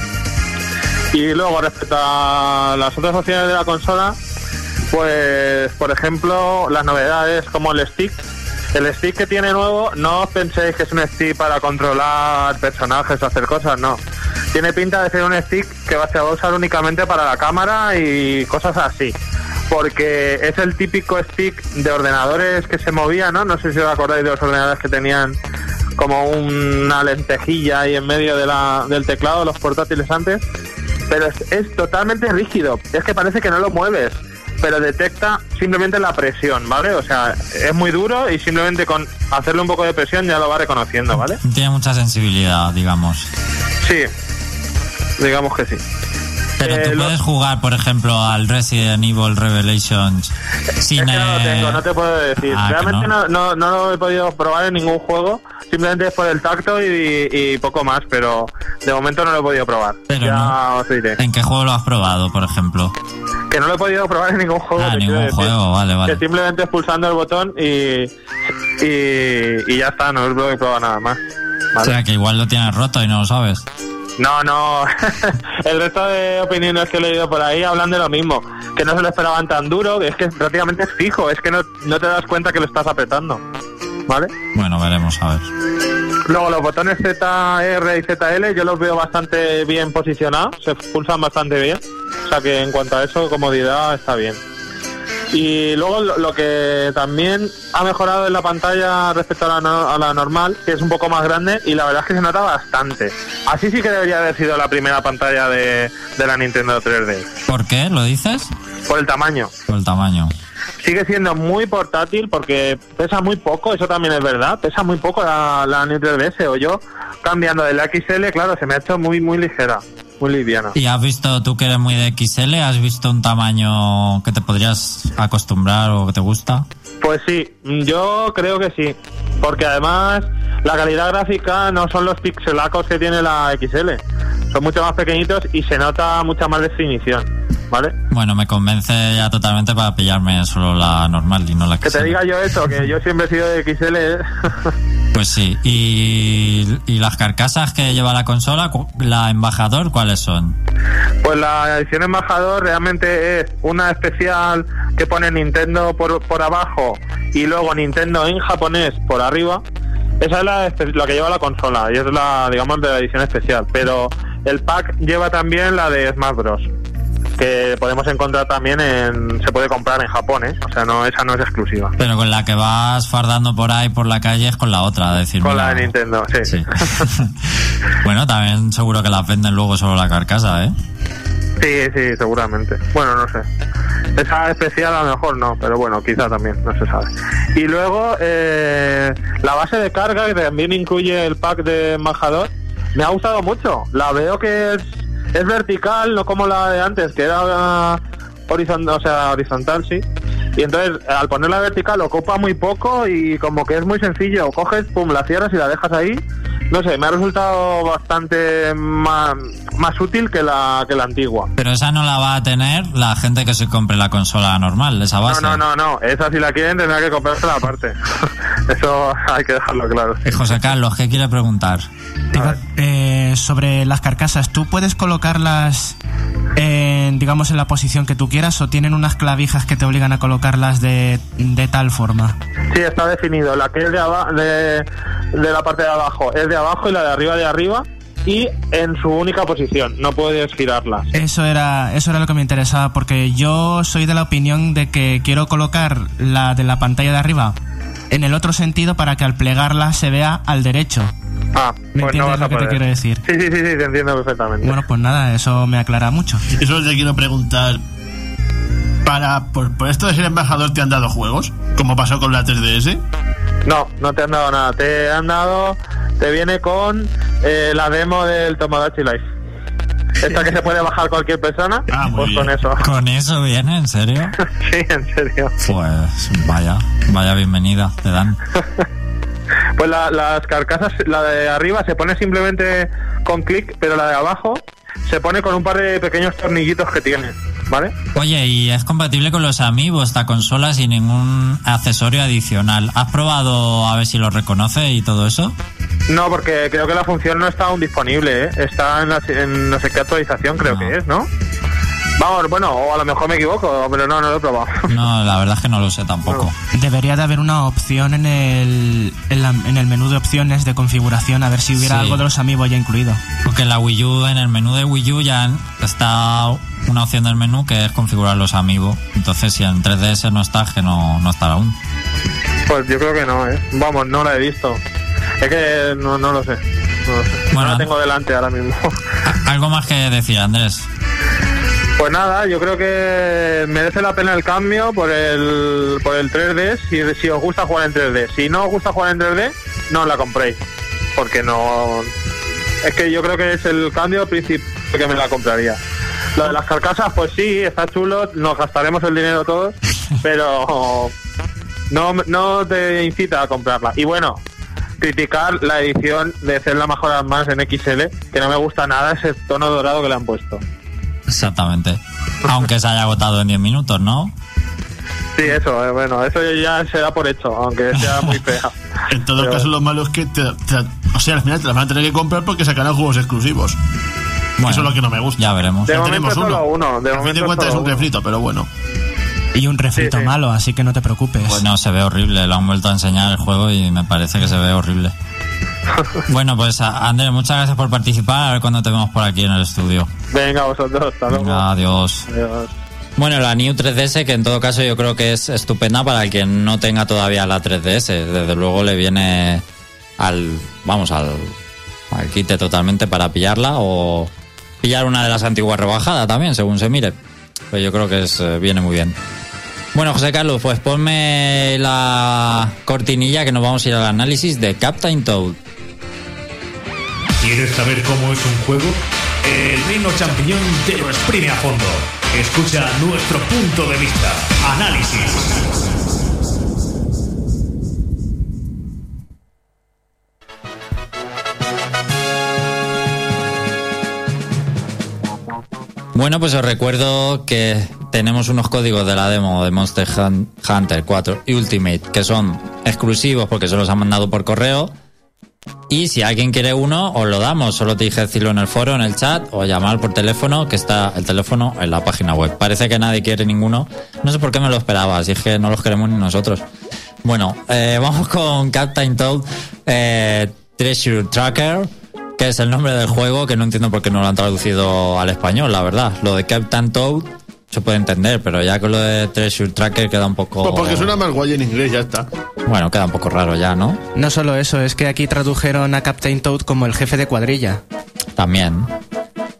F: Y luego, respecto a las otras opciones de la consola, pues, por ejemplo, las novedades como el stick. El stick que tiene nuevo, no os penséis que es un stick para controlar personajes o hacer cosas, no. Tiene pinta de ser un stick que se va a usar únicamente para la cámara y cosas así. Porque es el típico stick de ordenadores que se movía, ¿no? No sé si os acordáis de los ordenadores que tenían como una lentejilla ahí en medio de la, del teclado, los portátiles antes. Pero es, es totalmente rígido. Es que parece que no lo mueves, pero detecta simplemente la presión, ¿vale? O sea, es muy duro y simplemente con hacerle un poco de presión ya lo va reconociendo, ¿vale?
A: Tiene mucha sensibilidad, digamos.
F: Sí, digamos que sí.
A: Pero
F: eh,
A: tú
F: lo...
A: puedes jugar, por ejemplo, al Resident Evil Revelations sin...
F: Es que no lo
A: eh...
F: tengo, no te puedo decir.
A: Ah,
F: Realmente
A: no.
F: No, no, no lo he podido probar en ningún juego, simplemente es por el tacto y, y poco más, pero de momento no lo he podido probar.
A: Pero
F: ya
A: no.
F: os diré.
A: ¿En qué juego lo has probado, por ejemplo?
F: Que no lo he podido probar en ningún juego.
A: Ah,
F: te
A: ningún
F: quiero decir.
A: juego, vale, vale.
F: Que simplemente es pulsando el botón y, y, y ya está, no lo he probado nada más. ¿Vale?
A: O sea, que igual lo tienes roto y no lo sabes.
F: No, no. El resto de opiniones que he leído por ahí hablan de lo mismo. Que no se lo esperaban tan duro, que es que prácticamente es fijo. Es que no, no te das cuenta que lo estás apretando. ¿Vale?
A: Bueno, veremos, a ver.
F: Luego los botones Z R y Z L yo los veo bastante bien posicionados. Se pulsan bastante bien. O sea que en cuanto a eso, comodidad está bien. Y luego lo, lo que también ha mejorado en la pantalla respecto a la, no, a la normal, que es un poco más grande y la verdad es que se nota bastante. Así sí que debería haber sido la primera pantalla de, de la Nintendo tres D.
A: ¿Por qué? ¿Lo dices?
F: Por el tamaño.
A: Por el tamaño.
F: Sigue siendo muy portátil porque pesa muy poco, eso también es verdad. Pesa muy poco la, la Nintendo tres D S, o yo cambiando de la X L, claro, se me ha hecho muy, muy ligera. Muy liviana.
A: ¿Y has visto, tú que eres muy de X L, has visto un tamaño que te podrías acostumbrar o que te gusta?
F: Pues sí, yo creo que sí, porque además la calidad gráfica no son los pixelacos que tiene la X L, son mucho más pequeñitos y se nota mucha más definición, ¿vale?
A: Bueno, me convence ya totalmente para pillarme solo la normal y no la X L.
F: Que te diga yo eso, que yo siempre he sido de X L, ¿eh?
A: Pues sí, y, y las carcasas que lleva la consola, la Embajador, ¿cuáles son?
F: Pues la edición Embajador realmente es una especial que pone Nintendo por, por abajo y luego Nintendo en japonés por arriba. Esa es la, la que lleva la consola y es la, digamos, de la edición especial. Pero el pack lleva también la de Smash Bros, que podemos encontrar también en... se puede comprar en Japón, ¿eh? O sea, no, esa no es exclusiva.
A: Pero con la que vas fardando por ahí por la calle es con la otra, decir.
F: Con
A: mira,
F: la de Nintendo, sí.
A: sí. Bueno, también seguro que las venden luego solo la carcasa, ¿eh?
F: Sí, sí, seguramente. Bueno, no sé. Esa especial a lo mejor no, pero bueno, quizá también, no se sabe. Y luego, eh, la base de carga, que también incluye el pack de embajador, me ha gustado mucho. La veo que es, es vertical, no como la de antes, que era horizontal, o sea, horizontal, sí. Y entonces, al ponerla vertical, ocupa muy poco y como que es muy sencillo. Coges, pum, la cierras y la dejas ahí. No sé, me ha resultado bastante más, más útil que la que la antigua.
A: Pero esa no la va a tener la gente que se compre la consola normal, esa base.
F: No, no, no, no. Esa si la quieren tendrá que comprársela aparte. Eso hay que dejarlo claro.
A: Eh, José Carlos, ¿qué quiere preguntar?
E: Iba, eh, sobre las carcasas, ¿tú puedes colocarlas en, digamos, en la posición que tú quieras o tienen unas clavijas que te obligan a colocarlas de, de tal forma?
F: Sí, está definido. La que es de, aba- de, de la parte de abajo es de abajo y la de arriba de arriba, y en su única posición, no puedes girarlas.
E: Eso era, eso era lo que me interesaba, porque yo soy de la opinión de que quiero colocar la de la pantalla de arriba en el otro sentido para que al plegarla se vea al derecho.
F: Ah,
E: ¿Me
F: pues no
E: entiendes
F: vas a
E: lo que te
F: poder.
E: quiero decir?
F: Sí, sí, sí, sí, te entiendo perfectamente.
E: Bueno, pues nada, eso me aclara mucho.
C: Eso te quiero preguntar. Para por, por esto de ser embajador, ¿te han dado juegos? Como pasó con la tres D S.
F: No, no te han dado nada. Te han dado... Te viene con eh, la demo del Tomodachi Life. Esta que se puede bajar cualquier persona.
C: Ah, muy
F: pues
C: bien.
F: con eso.
A: ¿Con eso viene? ¿En serio?
F: Sí, en serio.
A: Pues vaya, vaya bienvenida te dan.
F: Pues la, las carcasas, la de arriba se pone simplemente con clic, pero la de abajo se pone con un par de pequeños tornillitos que tiene, ¿vale?
A: Oye, ¿y es compatible con los Amiibo esta consola sin ningún accesorio adicional? ¿Has probado a ver si lo reconoce y todo eso?
F: No, porque creo que la función no está aún disponible, ¿eh? Está en, la, en no sé qué actualización, creo
A: No.
F: que es, ¿no? Vamos, bueno, o a lo mejor me equivoco, pero no, no lo he probado.
A: No, la verdad es que no lo sé tampoco.
E: Debería de haber una opción en el, en, la- en el menú de opciones de configuración, a ver si hubiera
A: Sí.
E: algo de los Amiibo ya incluido.
A: Porque en la Wii U, en el menú de Wii U ya está una opción del menú que es configurar los Amiibo. Entonces, si en tres D S no está, es que no, no estará aún.
F: Pues yo creo que no, ¿eh? Vamos, no la he visto. Es que no, no lo sé. No lo sé.
A: Bueno.
F: No la tengo delante ahora mismo.
A: ¿Algo más que decir, Andrés?
F: Pues nada, yo creo que merece la pena el cambio por el por el tres D, si, si os gusta jugar en tres D. Si no os gusta jugar en tres D, no la compréis, porque no... Es que yo creo que es el cambio principal que me la compraría. Lo de las carcasas, pues sí, está chulo, nos gastaremos el dinero todos, pero no, no te incita a comprarla. Y bueno, criticar la edición de Zelda Majora's Mask en X L, que no me gusta nada ese tono dorado que le han puesto.
A: Exactamente. Aunque se haya agotado en diez minutos, ¿no?
F: Sí, eso, eh, bueno, eso ya se da por hecho, aunque sea muy fea.
C: En todo
F: Pero-
C: caso, lo malo es que te, te- o sea, al final te las van a tener que comprar porque sacarán juegos exclusivos.
A: Bueno,
C: Eso es lo que no me gusta.
A: ya veremos.
F: De
C: Ya
F: momento
C: tenemos
F: solo uno, de
C: A fin
F: momento
C: de cuentas es
F: solo
C: un
F: uno.
C: refrito, pero bueno.
E: Y un refrito
F: Sí, sí.
E: malo, así que no te preocupes.
A: Bueno, se ve horrible. Lo han vuelto a enseñar el juego y me parece que se ve horrible. Bueno, pues a- Andrés, muchas gracias por participar. A ver cuándo te vemos por aquí en el estudio.
F: Venga, vosotros, hasta luego.
A: Venga, adiós.
F: Adiós.
A: Bueno, la New tres D S, que en todo caso yo creo que es estupenda para el que no tenga todavía la tres D S. Desde luego le viene al, vamos, al, al quite totalmente para pillarla o pillar una de las antiguas rebajadas también, según se mire. Pues yo creo que es, eh, viene muy bien. Bueno, José Carlos, pues ponme la cortinilla que nos vamos a ir al análisis de Captain Toad.
D: ¿Quieres saber cómo es un juego? El Reino Champiñón te lo exprime a fondo. Escucha nuestro punto de vista. Análisis.
A: Bueno, pues os recuerdo que tenemos unos códigos de la demo de Monster Hun- Hunter cuatro Ultimate que son exclusivos porque se los han mandado por correo. Y si alguien quiere uno, os lo damos. Solo te dije decirlo en el foro, en el chat, o llamar por teléfono, que está el teléfono en la página web. Parece que nadie quiere ninguno. No sé por qué me lo esperaba, así es que no los queremos ni nosotros. Bueno, eh, vamos con Captain Toad eh, Treasure Tracker, que es el nombre del juego, que no entiendo por qué no lo han traducido al español, la verdad. Lo de Captain Toad se puede entender, pero ya con lo de Treasure Tracker queda un poco...
C: Pues porque suena más guay en inglés, ya está.
A: Bueno, queda un poco raro ya, ¿no?
E: No solo eso, es que aquí tradujeron a Captain Toad como el jefe de cuadrilla.
A: También.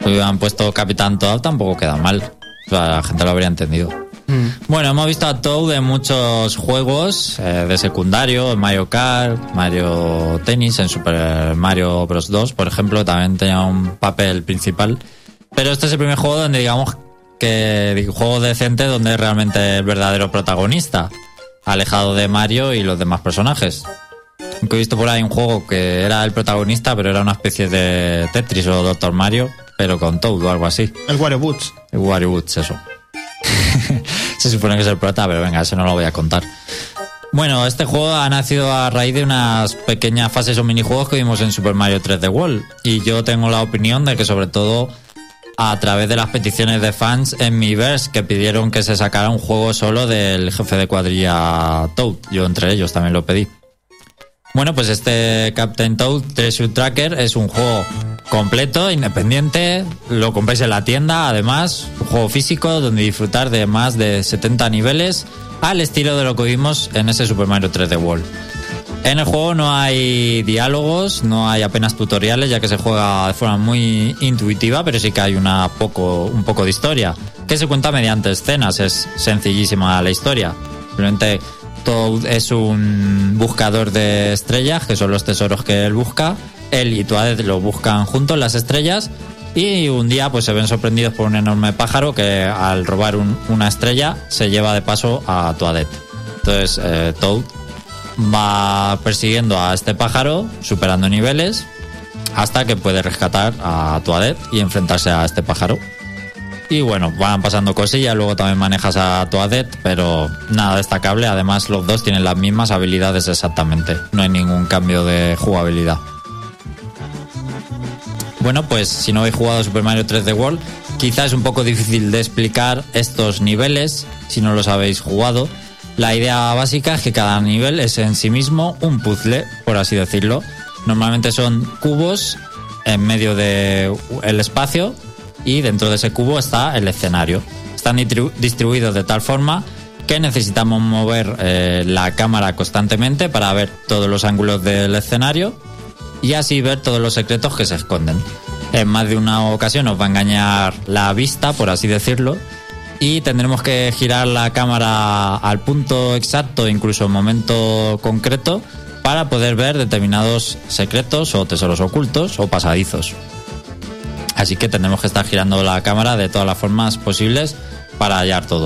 A: Si hubieran puesto Capitán Toad tampoco queda mal. O sea, la gente lo habría entendido. Mm. Bueno, hemos visto a Toad en muchos juegos eh, de secundario, en Mario Kart, Mario Tennis, en Super Mario Bros. dos, por ejemplo, también tenía un papel principal. Pero este es el primer juego donde digamos que juego decente donde es realmente el verdadero protagonista, alejado de Mario y los demás personajes. Aunque he visto por ahí un juego que era el protagonista, pero era una especie de Tetris o Doctor Mario, pero con Toad o algo así.
B: El Wario Boots.
A: El Wario Boots, eso. Se supone que es el prota, pero venga, eso no lo voy a contar. Bueno, este juego ha nacido a raíz de unas pequeñas fases o minijuegos que vimos en Super Mario tres D World. Y yo tengo la opinión de que sobre todo a través de las peticiones de fans en Miiverse que pidieron que se sacara un juego solo del jefe de cuadrilla Toad. Yo entre ellos también lo pedí. Bueno, pues este Captain Toad Treasure Tracker es un juego completo, independiente, lo compráis en la tienda, además, un juego físico donde disfrutar de más de setenta niveles al estilo de lo que vimos en ese Super Mario tres D World. En el juego no hay diálogos, no hay apenas tutoriales, ya que se juega de forma muy intuitiva, pero sí que hay una poco, un poco de historia, que se cuenta mediante escenas, es sencillísima la historia. Simplemente Toad es un buscador de estrellas, que son los tesoros que él busca. Él y Toadette lo buscan juntos, las estrellas, y un día pues se ven sorprendidos por un enorme pájaro que al robar un, una estrella se lleva de paso a Toadette. Entonces eh, Toad va persiguiendo a este pájaro, superando niveles, hasta que puede rescatar a Toadette y enfrentarse a este pájaro. Y bueno, van pasando cosillas, luego también manejas a Toadette, pero nada destacable. Además, los dos tienen las mismas habilidades exactamente. No hay ningún cambio de jugabilidad. Bueno, pues si no habéis jugado Super Mario tres D World, quizás es un poco difícil de explicar estos niveles si no los habéis jugado. La idea básica es que cada nivel es en sí mismo un puzzle, por así decirlo. Normalmente son cubos en medio del espacio y dentro de ese cubo está el escenario. Están distribuidos de tal forma que necesitamos mover eh, la cámara constantemente para ver todos los ángulos del escenario y así ver todos los secretos que se esconden. En más de una ocasión nos va a engañar la vista, por así decirlo, y tendremos que girar la cámara al punto exacto, incluso en momento concreto, para poder ver determinados secretos o tesoros ocultos o pasadizos. Así que tendremos que estar girando la cámara de todas las formas posibles para hallar todo.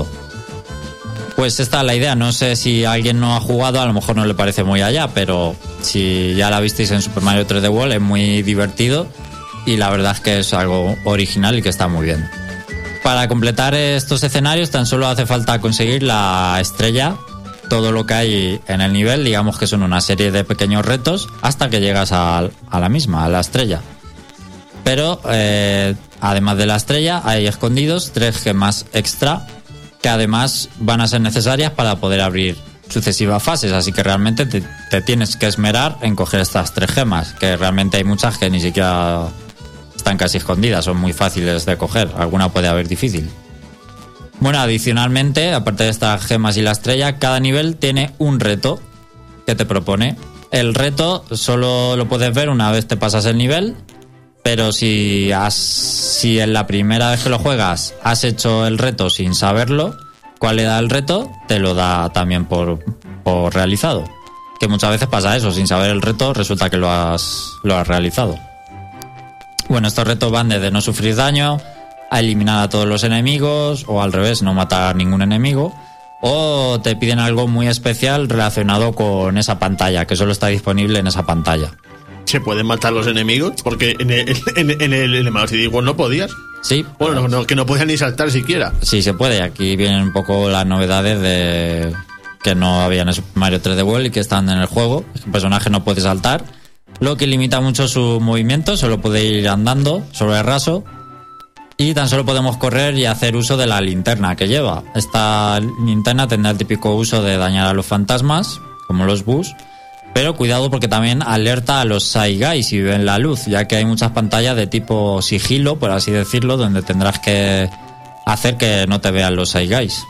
A: Pues esta es la idea. No sé si alguien no ha jugado, a lo mejor no le parece muy allá, pero si ya la visteis en Super Mario tres D World es muy divertido y la verdad es que es algo original y que está muy bien. Para completar estos escenarios tan solo hace falta conseguir la estrella. Todo lo que hay en el nivel, digamos que son una serie de pequeños retos hasta que llegas a, a la misma, a la estrella. Pero eh, además de la estrella hay escondidos tres gemas extra que además van a ser necesarias para poder abrir sucesivas fases, así que realmente te, te tienes que esmerar en coger estas tres gemas, que realmente hay muchas que ni siquiera están casi escondidas, son muy fáciles de coger, alguna puede haber difícil. Bueno, adicionalmente, aparte de estas gemas y la estrella, cada nivel tiene un reto que te propone. El reto solo lo puedes ver una vez te pasas el nivel, pero si has, si en la primera vez que lo juegas has hecho el reto sin saberlo, cuál le da el reto, te lo da también por, por realizado. Que muchas veces pasa eso, sin saber el reto resulta que lo has, lo has realizado. Bueno, estos retos van desde no sufrir daño, a eliminar a todos los enemigos, o al revés, no matar ningún enemigo, o te piden algo muy especial relacionado con esa pantalla, que solo está disponible en esa pantalla.
C: ¿Se pueden matar los enemigos? Porque en el, en, en el, en el Mario tres D World no podías.
A: Sí.
C: Bueno, no, no, que no podías ni saltar siquiera.
A: Sí, se puede. Aquí vienen un poco las novedades de que no había en el Super Mario tres D World y que están en el juego. El personaje no puede saltar, lo que limita mucho su movimiento, solo puede ir andando sobre el raso. Y tan solo podemos correr y hacer uso de la linterna que lleva. Esta linterna tendrá el típico uso de dañar a los fantasmas, como los Boos, pero cuidado porque también alerta a los Shy Guys si ven la luz, ya que hay muchas pantallas de tipo sigilo, por así decirlo, donde tendrás que hacer que no te vean los Shy Guys.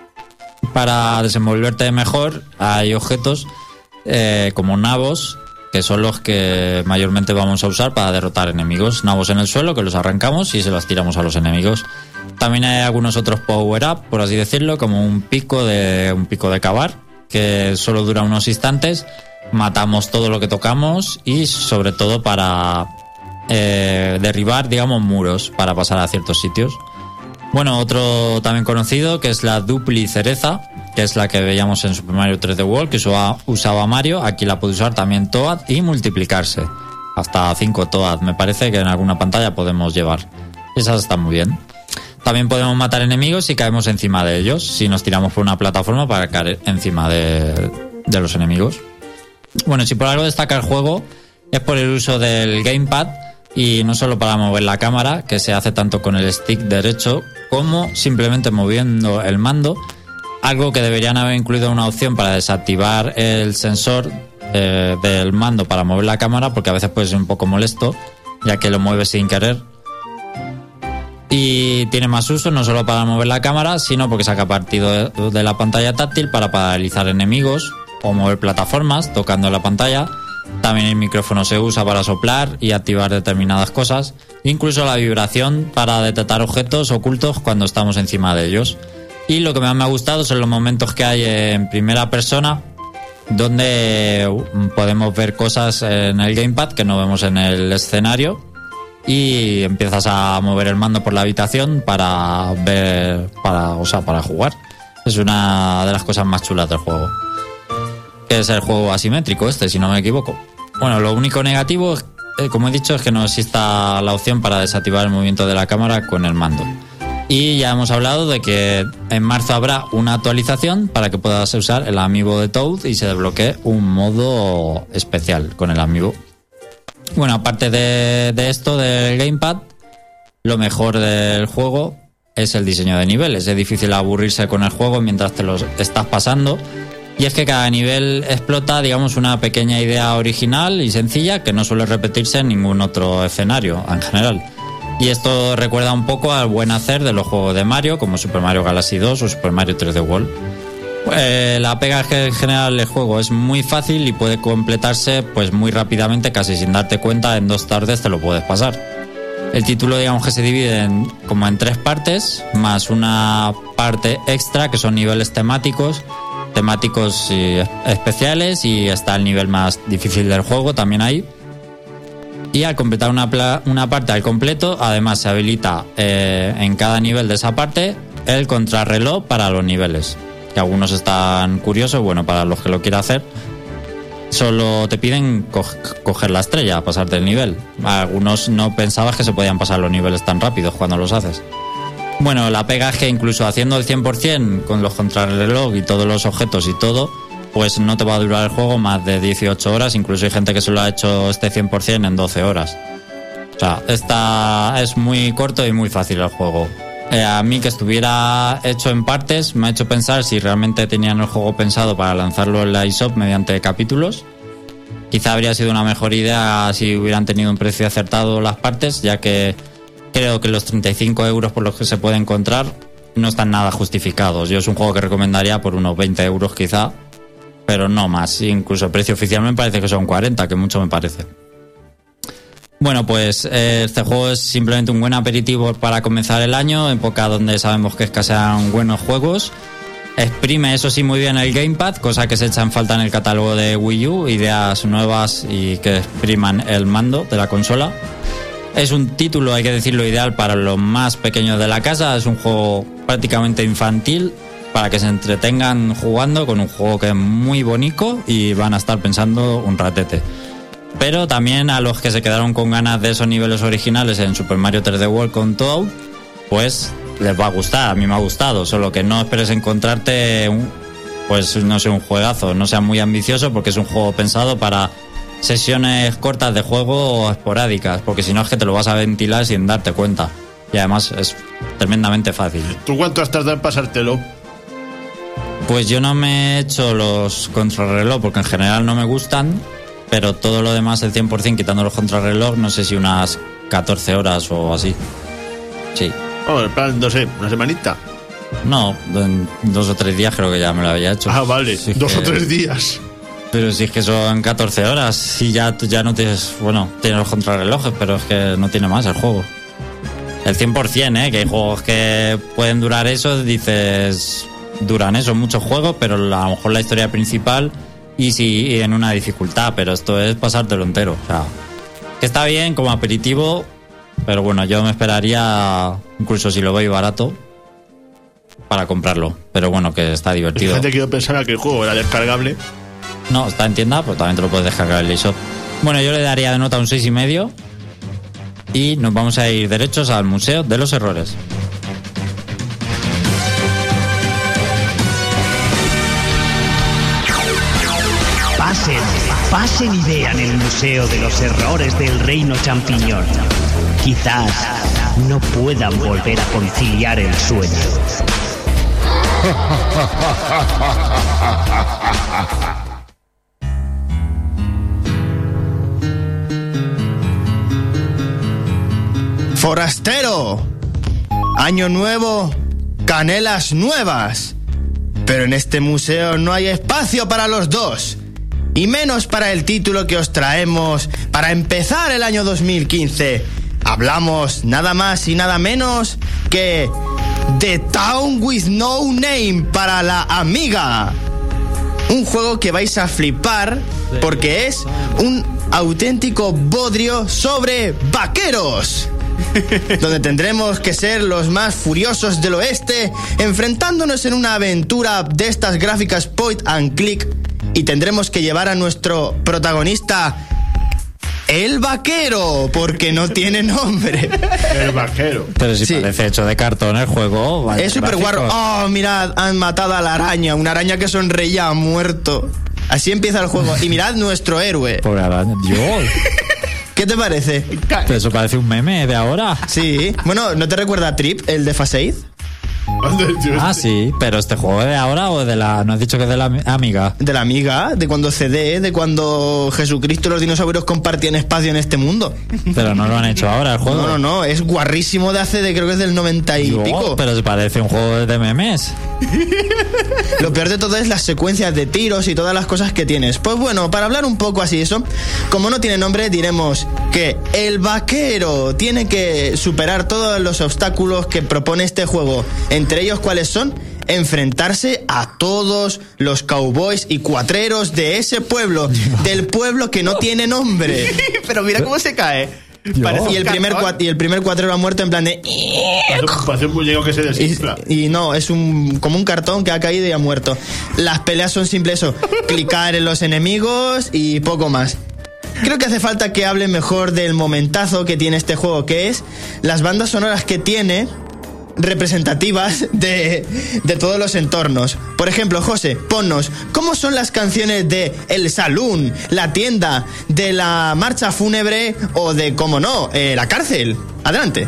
A: Para desenvolverte mejor hay objetos eh, como nabos que son los que mayormente vamos a usar para derrotar enemigos. Nabos en el suelo que los arrancamos y se los tiramos a los enemigos. También hay algunos otros power-up, por así decirlo, como un pico de un pico de cavar, que solo dura unos instantes. Matamos todo lo que tocamos y sobre todo para eh, derribar, digamos, muros para pasar a ciertos sitios. Bueno, otro también conocido, que es la Dupli Cereza, que es la que veíamos en Super Mario tres D World, que usaba, usaba Mario. Aquí la puede usar también Toad y multiplicarse. Hasta cinco Toad, me parece que en alguna pantalla podemos llevar. Esas están muy bien. También podemos matar enemigos si caemos encima de ellos, si nos tiramos por una plataforma para caer encima de, de los enemigos. Bueno, si por algo destaca el juego es por el uso del gamepad, y no solo para mover la cámara, que se hace tanto con el stick derecho como simplemente moviendo el mando, algo que deberían haber incluido una opción para desactivar el sensor eh, del mando para mover la cámara, porque a veces puede ser un poco molesto ya que lo mueves sin querer. Y tiene más uso, no solo para mover la cámara, sino porque saca partido de, de la pantalla táctil para paralizar enemigos o mover plataformas tocando la pantalla. También el micrófono se usa para soplar y activar determinadas cosas. Incluso la vibración para detectar objetos ocultos cuando estamos encima de ellos. Y lo que más me ha gustado son los momentos que hay en primera persona, donde podemos ver cosas en el gamepad que no vemos en el escenario. Y empiezas a mover el mando por la habitación para ver, para, o sea, para jugar. Es una de las cosas más chulas del juego. Que es el juego asimétrico este, si no me equivoco. Bueno, lo único negativo, eh, como he dicho, es que no exista la opción para desactivar el movimiento de la cámara con el mando. Y ya hemos hablado de que en marzo habrá una actualización para que puedas usar el amiibo de Toad y se desbloquee un modo especial con el amiibo. Bueno, aparte de, de esto del gamepad, lo mejor del juego es el diseño de niveles. Es difícil aburrirse con el juego mientras te los estás pasando. Y es que cada nivel explota, digamos, una pequeña idea original y sencilla que no suele repetirse en ningún otro escenario en general. Y esto recuerda un poco al buen hacer de los juegos de Mario, como Super Mario Galaxy dos o Super Mario tres D World. Eh, la pega es que en general el juego es muy fácil y puede completarse pues muy rápidamente, casi sin darte cuenta. En dos tardes te lo puedes pasar. El título, digamos, que se divide en, como en tres partes, más una parte extra que son niveles temáticos temáticos y especiales, y está el nivel más difícil del juego también ahí. Y al completar una, pla- una parte al completo, además se habilita eh, en cada nivel de esa parte el contrarreloj para los niveles, que algunos están curiosos. Bueno, para los que lo quieran hacer, solo te piden co- coger la estrella, pasarte el nivel. Algunos no pensabas que se podían pasar los niveles tan rápidos cuando los haces. Bueno, la pega es que incluso haciendo el cien por ciento con los contrarreloj y todos los objetos y todo, pues no te va a durar el juego más de dieciocho horas. Incluso hay gente que solo ha hecho este cien por ciento en doce horas. O sea, esta es muy corto y muy fácil el juego. Eh, a mí, que estuviera hecho en partes, me ha hecho pensar si realmente tenían el juego pensado para lanzarlo en la eShop mediante capítulos. Quizá habría sido una mejor idea si hubieran tenido un precio acertado las partes, ya que creo que los treinta y cinco euros por los que se puede encontrar no están nada justificados. Yo es un juego que recomendaría por unos veinte euros quizá, pero no más. Incluso el precio oficial me parece que son cuarenta, que mucho me parece. Bueno, pues eh, este juego es simplemente un buen aperitivo para comenzar el año, época donde sabemos que escasean buenos juegos. Exprime, eso sí, muy bien el gamepad, cosa que se echa en falta en el catálogo de Wii U, ideas nuevas y que expriman el mando de la consola. Es un título, hay que decirlo, ideal para los más pequeños de la casa. Es un juego prácticamente infantil para que se entretengan jugando con un juego que es muy bonito y van a estar pensando un ratete. Pero también a los que se quedaron con ganas de esos niveles originales en Super Mario tres D World con Toad, pues les va a gustar. A mí me ha gustado, solo que no esperes encontrarte un, pues no sé, un juegazo. No sea muy ambicioso, porque es un juego pensado para sesiones cortas de juego o esporádicas, porque si no es que te lo vas a ventilar sin darte cuenta. Y además es tremendamente fácil.
C: ¿Tú cuánto has tardado en pasártelo?
A: Pues yo no me he hecho los contrarreloj porque en general no me gustan, pero todo lo demás, el cien por ciento quitando los contrarreloj, no sé si unas catorce horas o así. Sí.
C: Oh, en plan, no sé, una semanita.
A: No, en dos o tres días creo que ya me lo había hecho.
C: Ah, vale,
A: sí,
C: dos
A: que...
C: o tres días.
A: Pero si es que son catorce horas y ya, ya no tienes... Bueno, tienes los contrarrelojes, pero es que no tiene más el juego. El cien por ciento, ¿eh? Que hay juegos que pueden durar eso, dices... Duran eso, muchos juegos, pero a lo mejor la historia principal y sí, y en una dificultad, pero esto es pasártelo entero. O sea, que está bien como aperitivo, pero bueno, yo me esperaría, incluso si lo veo barato, para comprarlo. Pero bueno, que está divertido.
C: Fíjate que yo pensaba que el juego era descargable.
A: No, está en tienda, pero también te lo puedes descargar el eShop. Bueno, yo le daría de nota un seis y medio y nos vamos a ir derechos al Museo de los Errores.
G: Pasen, pasen y vean el Museo de los Errores del Reino Champiñón. Quizás no puedan volver a conciliar el sueño.
B: Forastero, año nuevo, canelas nuevas. Pero en este museo no hay espacio para los dos. Y menos para el título que os traemos para empezar el año dos mil quince. Hablamos nada más y nada menos que The Town with No Name para la Amiga. Un juego que vais a flipar porque es un auténtico bodrio sobre vaqueros. Donde tendremos que ser los más furiosos del oeste, enfrentándonos en una aventura de estas gráficas point and click. Y tendremos que llevar a nuestro protagonista, el vaquero, porque no tiene nombre.
C: El vaquero.
A: Pero si
B: Sí.
A: parece hecho de cartón el juego. vaya
B: Es súper
A: gráficos.
B: guarro. Oh, mirad, han matado a la araña. Una araña que sonreía ha muerto. Así empieza el juego. Y mirad nuestro héroe.
A: Pobre araña. Dios.
B: ¿Qué te parece?
A: Pero eso parece un meme de ahora.
B: Sí. Bueno, ¿no te recuerda a Trip, el de Faceid?
A: Ah, sí, pero este juego es de ahora o de la... ¿No has dicho que es de la ami- Amiga?
B: De la Amiga, de cuando C D, de cuando Jesucristo y los dinosaurios compartían espacio en este mundo.
A: Pero no lo han hecho ahora el juego.
B: No, no, no, es guarrísimo de hace, de creo que es del noventa y
A: Dios,
B: pico.
A: pero se parece un juego de memes.
B: Lo peor de todo es las secuencias de tiros y todas las cosas que tienes. Pues bueno, para hablar un poco así eso, como no tiene nombre, diremos que el vaquero tiene que superar todos los obstáculos que propone este juego. Entre ellos, ¿cuáles son? Enfrentarse a todos los cowboys y cuatreros de ese pueblo, del pueblo que no tiene nombre. Pero mira cómo se cae. Parece- y, el primer, cua- y el primer cuatrero ha muerto en plan de...
C: Parece un muñeco que se desinfla.
B: Y, y no, es un como un cartón que ha caído y ha muerto. Las peleas son simple eso, clicar en los enemigos y poco más. Creo que hace falta que hable mejor del momentazo que tiene este juego, que es las bandas sonoras que tiene representativas de, de todos los entornos. Por ejemplo, José, ponnos, ¿cómo son las canciones de El Saloon, la tienda, de la marcha fúnebre o de, cómo no, eh, la cárcel? Adelante.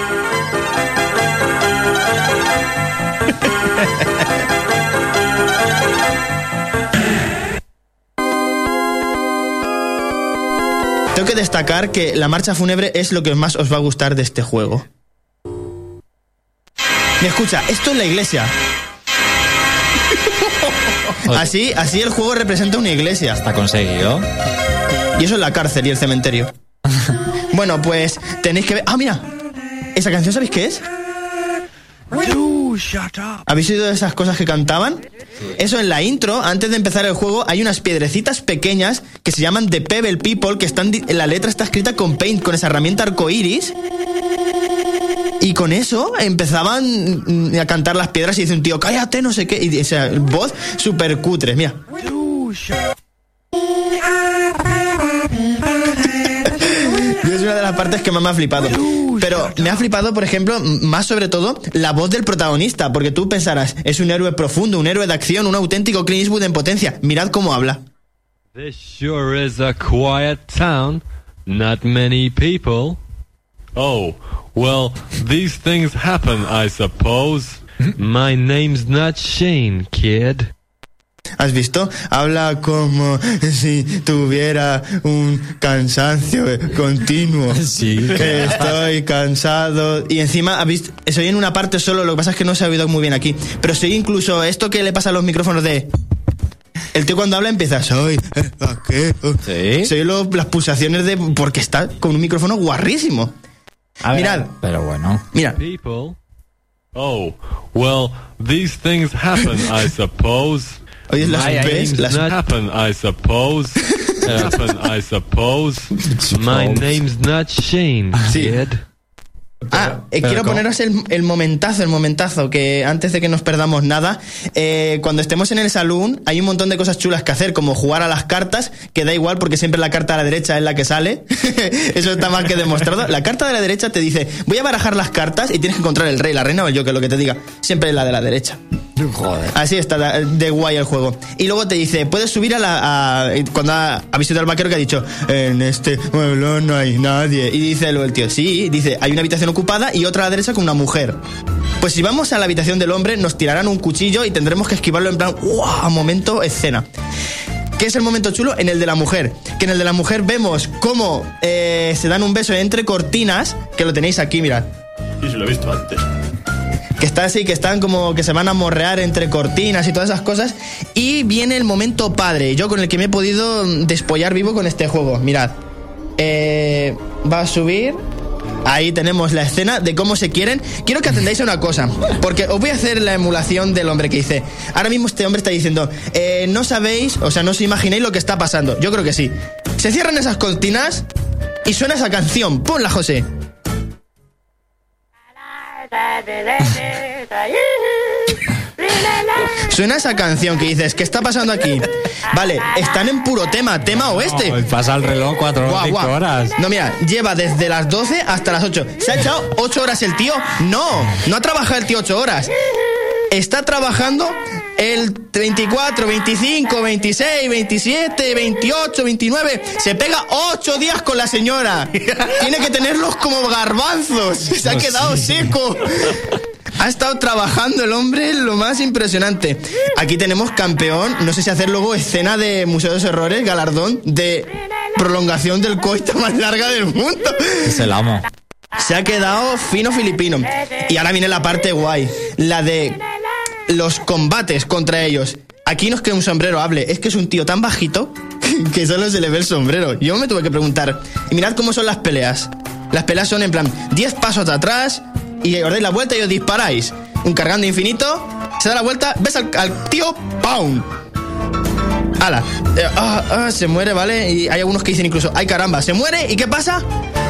B: Tengo que destacar que la marcha fúnebre es lo que más os va a gustar de este juego. Y escucha, esto es la iglesia. Así, así el juego representa una iglesia.
A: Está conseguido.
B: Y eso es la cárcel y el cementerio. Bueno, pues tenéis que ver... Ah, mira. ¿Esa canción sabéis qué es? ¿Habéis oído de esas cosas que cantaban? Eso en la intro, antes de empezar el juego, hay unas piedrecitas pequeñas que se llaman The Pebble People, que están... di- La letra está escrita con Paint, con esa herramienta arcoiris. Y con eso empezaban mm, a cantar las piedras y dice un tío, cállate, no sé qué. Y esa voz súper cutre, mira. Y es una de las partes que más me ha flipado. Pero me ha flipado, por ejemplo, m- más sobre todo, la voz del protagonista. Porque tú pensarás, es un héroe profundo, un héroe de acción, un auténtico Clint Eastwood en potencia. Mirad cómo habla.
H: This sure is a quiet town. Not many people. Oh, well, these things happen, I suppose. My name's not Shane, kid.
B: ¿Has visto? Habla como si tuviera un cansancio continuo.
A: Sí.
B: Que estoy cansado. Y encima, ¿has visto? Soy en una parte solo, lo que pasa es que no se ha oído muy bien aquí. Pero soy incluso esto que le pasa a los micrófonos de... El tío cuando habla empieza, soy, eh, ¿a qué?
A: Sí.
B: Soy lo- las pulsaciones de... Porque está con un micrófono guarrísimo.
A: A ver,
B: Mirad.
A: Pero bueno.
B: Mira,
H: People. Oh, well, these things happen, I suppose.
B: oyes las
H: My
B: P's,
H: name's
B: las...
H: not happen, I suppose. happen, I suppose. My name's not Shane,
B: Sí.
H: kid.
B: Ah, eh,
A: Pero
B: quiero
A: ¿cómo?
B: poneros el, el momentazo, el momentazo, que antes de que nos perdamos nada, eh, cuando estemos en el salón hay un montón de cosas chulas que hacer, como jugar a las cartas, que da igual porque siempre la carta a la derecha es la que sale. Eso está más que demostrado. La carta de la derecha te dice, voy a barajar las cartas y tienes que encontrar el rey, la reina o el yo, que lo que te diga. Siempre es la de la derecha.
A: Joder.
B: Así está de guay el juego. Y luego te dice, puedes subir a la... A, cuando ha, ha visitado al vaquero que ha dicho, en este pueblo no hay nadie. Y dice luego el tío, sí, dice, hay una habitación ocupada y otra a la derecha con una mujer. Pues si vamos a la habitación del hombre, nos tirarán un cuchillo y tendremos que esquivarlo en plan, ¡guau! Momento escena. ¿Qué es el momento chulo? En el de la mujer. Que en el de la mujer vemos cómo eh, se dan un beso entre cortinas, que lo tenéis aquí, mirad.
C: Sí, se lo he visto antes.
B: Que está así, que están como que se van a morrear entre cortinas y todas esas cosas. Y viene el momento padre, yo con el que me he podido despollar vivo con este juego. Mirad, eh, va a subir. Ahí tenemos la escena de cómo se quieren. Quiero que atendáis a una cosa, porque os voy a hacer la emulación del hombre que dice. Ahora mismo este hombre está diciendo, eh, no sabéis, o sea, no os imagináis lo que está pasando. Yo creo que sí. Se cierran esas cortinas y suena esa canción. Ponla, José. Suena esa canción que dices, ¿qué está pasando aquí? Vale, están en puro tema, tema oeste.
A: Oh, pasa el reloj cuatro o
B: Guau,
A: cinco
B: guau.
A: horas.
B: No, mira, lleva desde las doce hasta las ocho. ¿Se ha echado ocho horas el tío? No, no ha trabajado el tío ocho horas. Está trabajando el veinticuatro, veinticinco, veintiséis, veintisiete, veintiocho, veintinueve. Se pega ocho días con la señora. Tiene que tenerlos como garbanzos. Se ha quedado seco. Ha estado trabajando el hombre lo más impresionante. Aquí tenemos campeón, no sé si hacer luego escena de Museo de los Errores, galardón de prolongación del coito más larga del mundo.
A: Es el amo.
B: Se ha quedado fino filipino. Y ahora viene la parte guay, la de los combates contra ellos. Aquí no es que un sombrero hable, es que es un tío tan bajito que solo se le ve el sombrero. Yo me tuve que preguntar, y mirad cómo son las peleas. Las peleas son en plan, diez pasos de atrás, y os dais la vuelta y os disparáis. Un cargando infinito, se da la vuelta, ves al, al tío, ¡pum! ¡Hala! Eh, ah, ah, se muere, ¿vale? Y hay algunos que dicen incluso, ¡ay caramba! ¿Se muere? ¿Y qué pasa?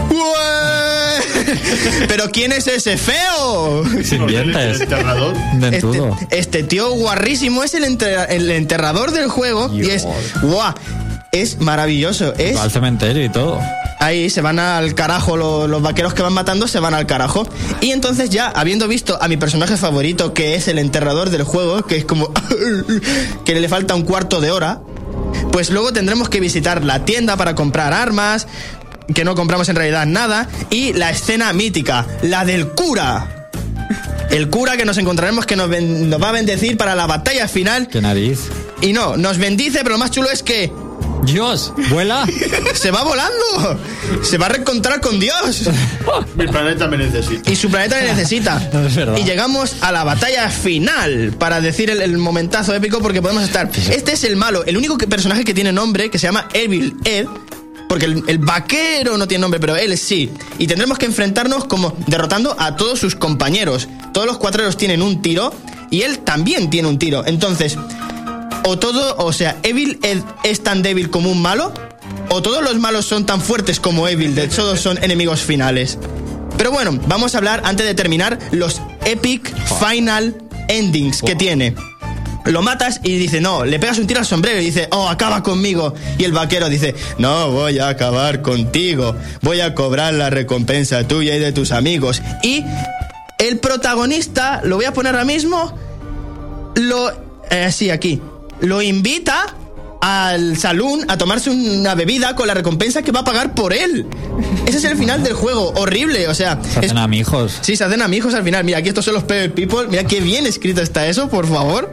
B: ¡Ué! ¿Pero quién es ese feo?
A: Sin dientes.
C: El enterrador.
A: Dentudo.
B: Este, este tío guarrísimo es el, enter- el enterrador del juego. Y es, ¡guau! Es maravilloso. Es...
A: Va al cementerio y todo.
B: Ahí se van al carajo, los, los vaqueros que van matando se van al carajo. Y entonces ya, habiendo visto a mi personaje favorito, que es el enterrador del juego, que es como que le falta un cuarto de hora, pues luego tendremos que visitar la tienda para comprar armas, que no compramos en realidad nada, y la escena mítica, la del cura. El cura que nos encontraremos, que nos, ben- nos va a bendecir para la batalla final.
A: Qué nariz.
B: Y no, nos bendice, pero lo más chulo es que
A: Dios, vuela.
B: se va volando. Se va a reencontrar con Dios.
C: Mi planeta me necesita.
B: Y su planeta le necesita.
A: Es verdad.
B: Y llegamos a la batalla final para decir el, el momentazo épico, porque podemos estar. Este es el malo, el único que- personaje que tiene nombre, que se llama Evil Ed. Porque el, el vaquero no tiene nombre, pero él sí. Y tendremos que enfrentarnos como derrotando a todos sus compañeros. Todos los cuatreros tienen un tiro y él también tiene un tiro. Entonces, o todo, o sea, Evil Ed es tan débil como un malo, o todos los malos son tan fuertes como Evil Ed, todos son enemigos finales. Pero bueno, vamos a hablar, antes de terminar, los epic final endings que tiene. Lo matas y dice, no, le pegas un tiro al sombrero y dice, oh, acaba conmigo. Y el vaquero dice, no voy a acabar contigo, voy a cobrar la recompensa tuya y de tus amigos. Y el protagonista, lo voy a poner ahora mismo, lo... Eh, sí, aquí. Lo invita al salón a tomarse una bebida con la recompensa que va a pagar por él. Ese es el final del juego, horrible, o sea...
A: Se hacen
B: es...
A: amigos.
B: Sí, se hacen amigos al final. Mira, aquí estos son los Pebble People. Mira qué bien escrito está eso, por favor.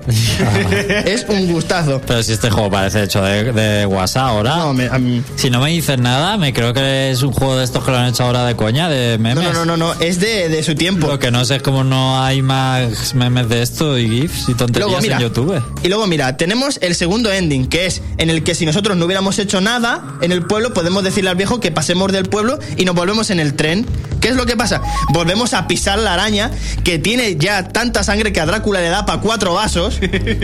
B: Es un gustazo.
A: Pero si este juego parece hecho de, de WhatsApp ahora.
B: No, me, a mí...
A: Si no me dices nada, me creo que es un juego de estos que lo han hecho ahora de coña, de memes.
B: No, no, no, no, es de, de su tiempo.
A: Lo que no sé es cómo no hay más memes de esto y GIFs y tonterías
B: luego, mira,
A: en YouTube.
B: Y luego, mira, tenemos el segundo ending, que es en el que si nosotros no hubiéramos hecho nada en el pueblo, podemos decirle al viejo que pasemos del pueblo y nos volvemos en el tren. ¿Qué es lo que pasa? Volvemos a pisar la araña, que tiene ya tanta sangre que a Drácula le da para cuatro vasos.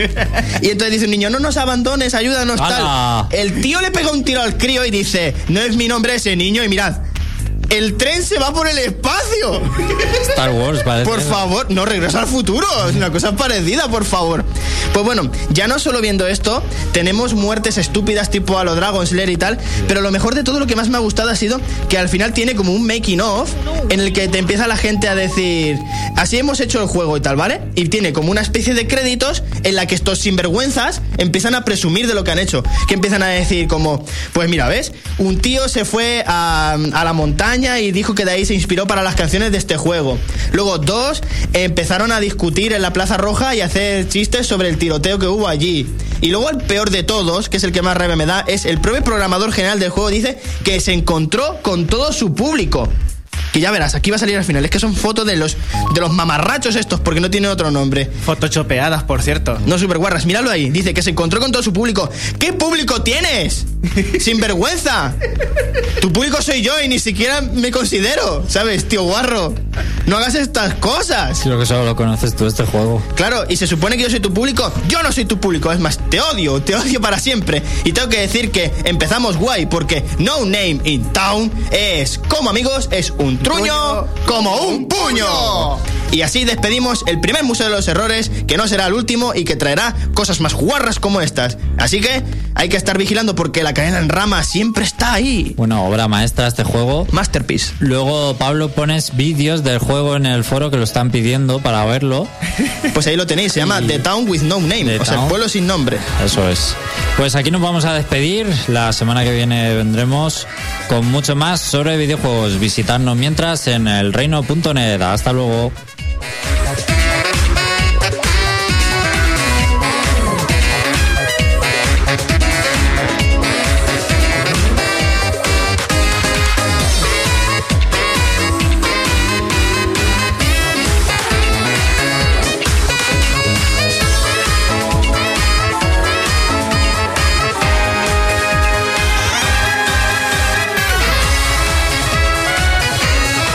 B: Y entonces dice un niño, no nos abandones, ayúdanos,
A: ¡Hala!
B: tal. El tío le pega un tiro al crío y dice, no es mi nombre ese niño, y mirad, el tren se va por el espacio.
A: Star Wars, parece.
B: Por favor, no, Regreso al Futuro. Es una cosa parecida, por favor. Pues bueno, ya no solo viendo esto, tenemos muertes estúpidas tipo a lo Dragon Slayer y tal, pero lo mejor de todo, lo que más me ha gustado ha sido que al final tiene como un making of en el que te empieza la gente a decir, así hemos hecho el juego y tal, ¿vale? Y tiene como una especie de créditos en la que estos sinvergüenzas empiezan a presumir de lo que han hecho. Que empiezan a decir como, pues mira, ¿ves? Un tío se fue a, a la montaña y dijo que de ahí se inspiró para las canciones de este juego. Luego, dos empezaron a discutir en la Plaza Roja y a hacer chistes sobre el tiroteo que hubo allí. Y luego el peor de todos, que es el que más rabia me da, es el propio programador general del juego dice que se encontró con todo su público. Que ya verás, aquí va a salir al final. Es que son fotos de los de los mamarrachos estos, porque no tiene otro nombre.
E: Photoshopeadas, por cierto.
B: No, super guarras, míralo ahí. Dice que se encontró con todo su público. ¿Qué público tienes? ¡Sinvergüenza! Tu público soy yo y ni siquiera me considero, ¿sabes, tío guarro? No hagas estas cosas.
A: Creo que solo lo conoces tú, este juego.
B: Claro, y se supone que yo soy tu público. Yo no soy tu público, es más, te odio, te odio para siempre. Y tengo que decir que empezamos guay, porque No Name in Town es, como amigos, es un truño como un puño. Y así despedimos el primer Museo de los Errores, que no será el último y que traerá cosas más guarras como estas. Así que hay que estar vigilando porque la cadena en rama siempre está ahí.
A: Bueno, obra maestra este juego.
B: Masterpiece.
A: Luego, Pablo, pones vídeos del juego en el foro que lo están pidiendo para verlo.
B: Pues ahí lo tenéis, se llama The Town with No Name,
A: The
B: o sea,
A: Town.
B: el pueblo sin nombre.
A: Eso es. Pues aquí nos vamos a despedir. La semana que viene vendremos con mucho más sobre videojuegos. Visitarnos mientras en el reino punto net. Hasta luego.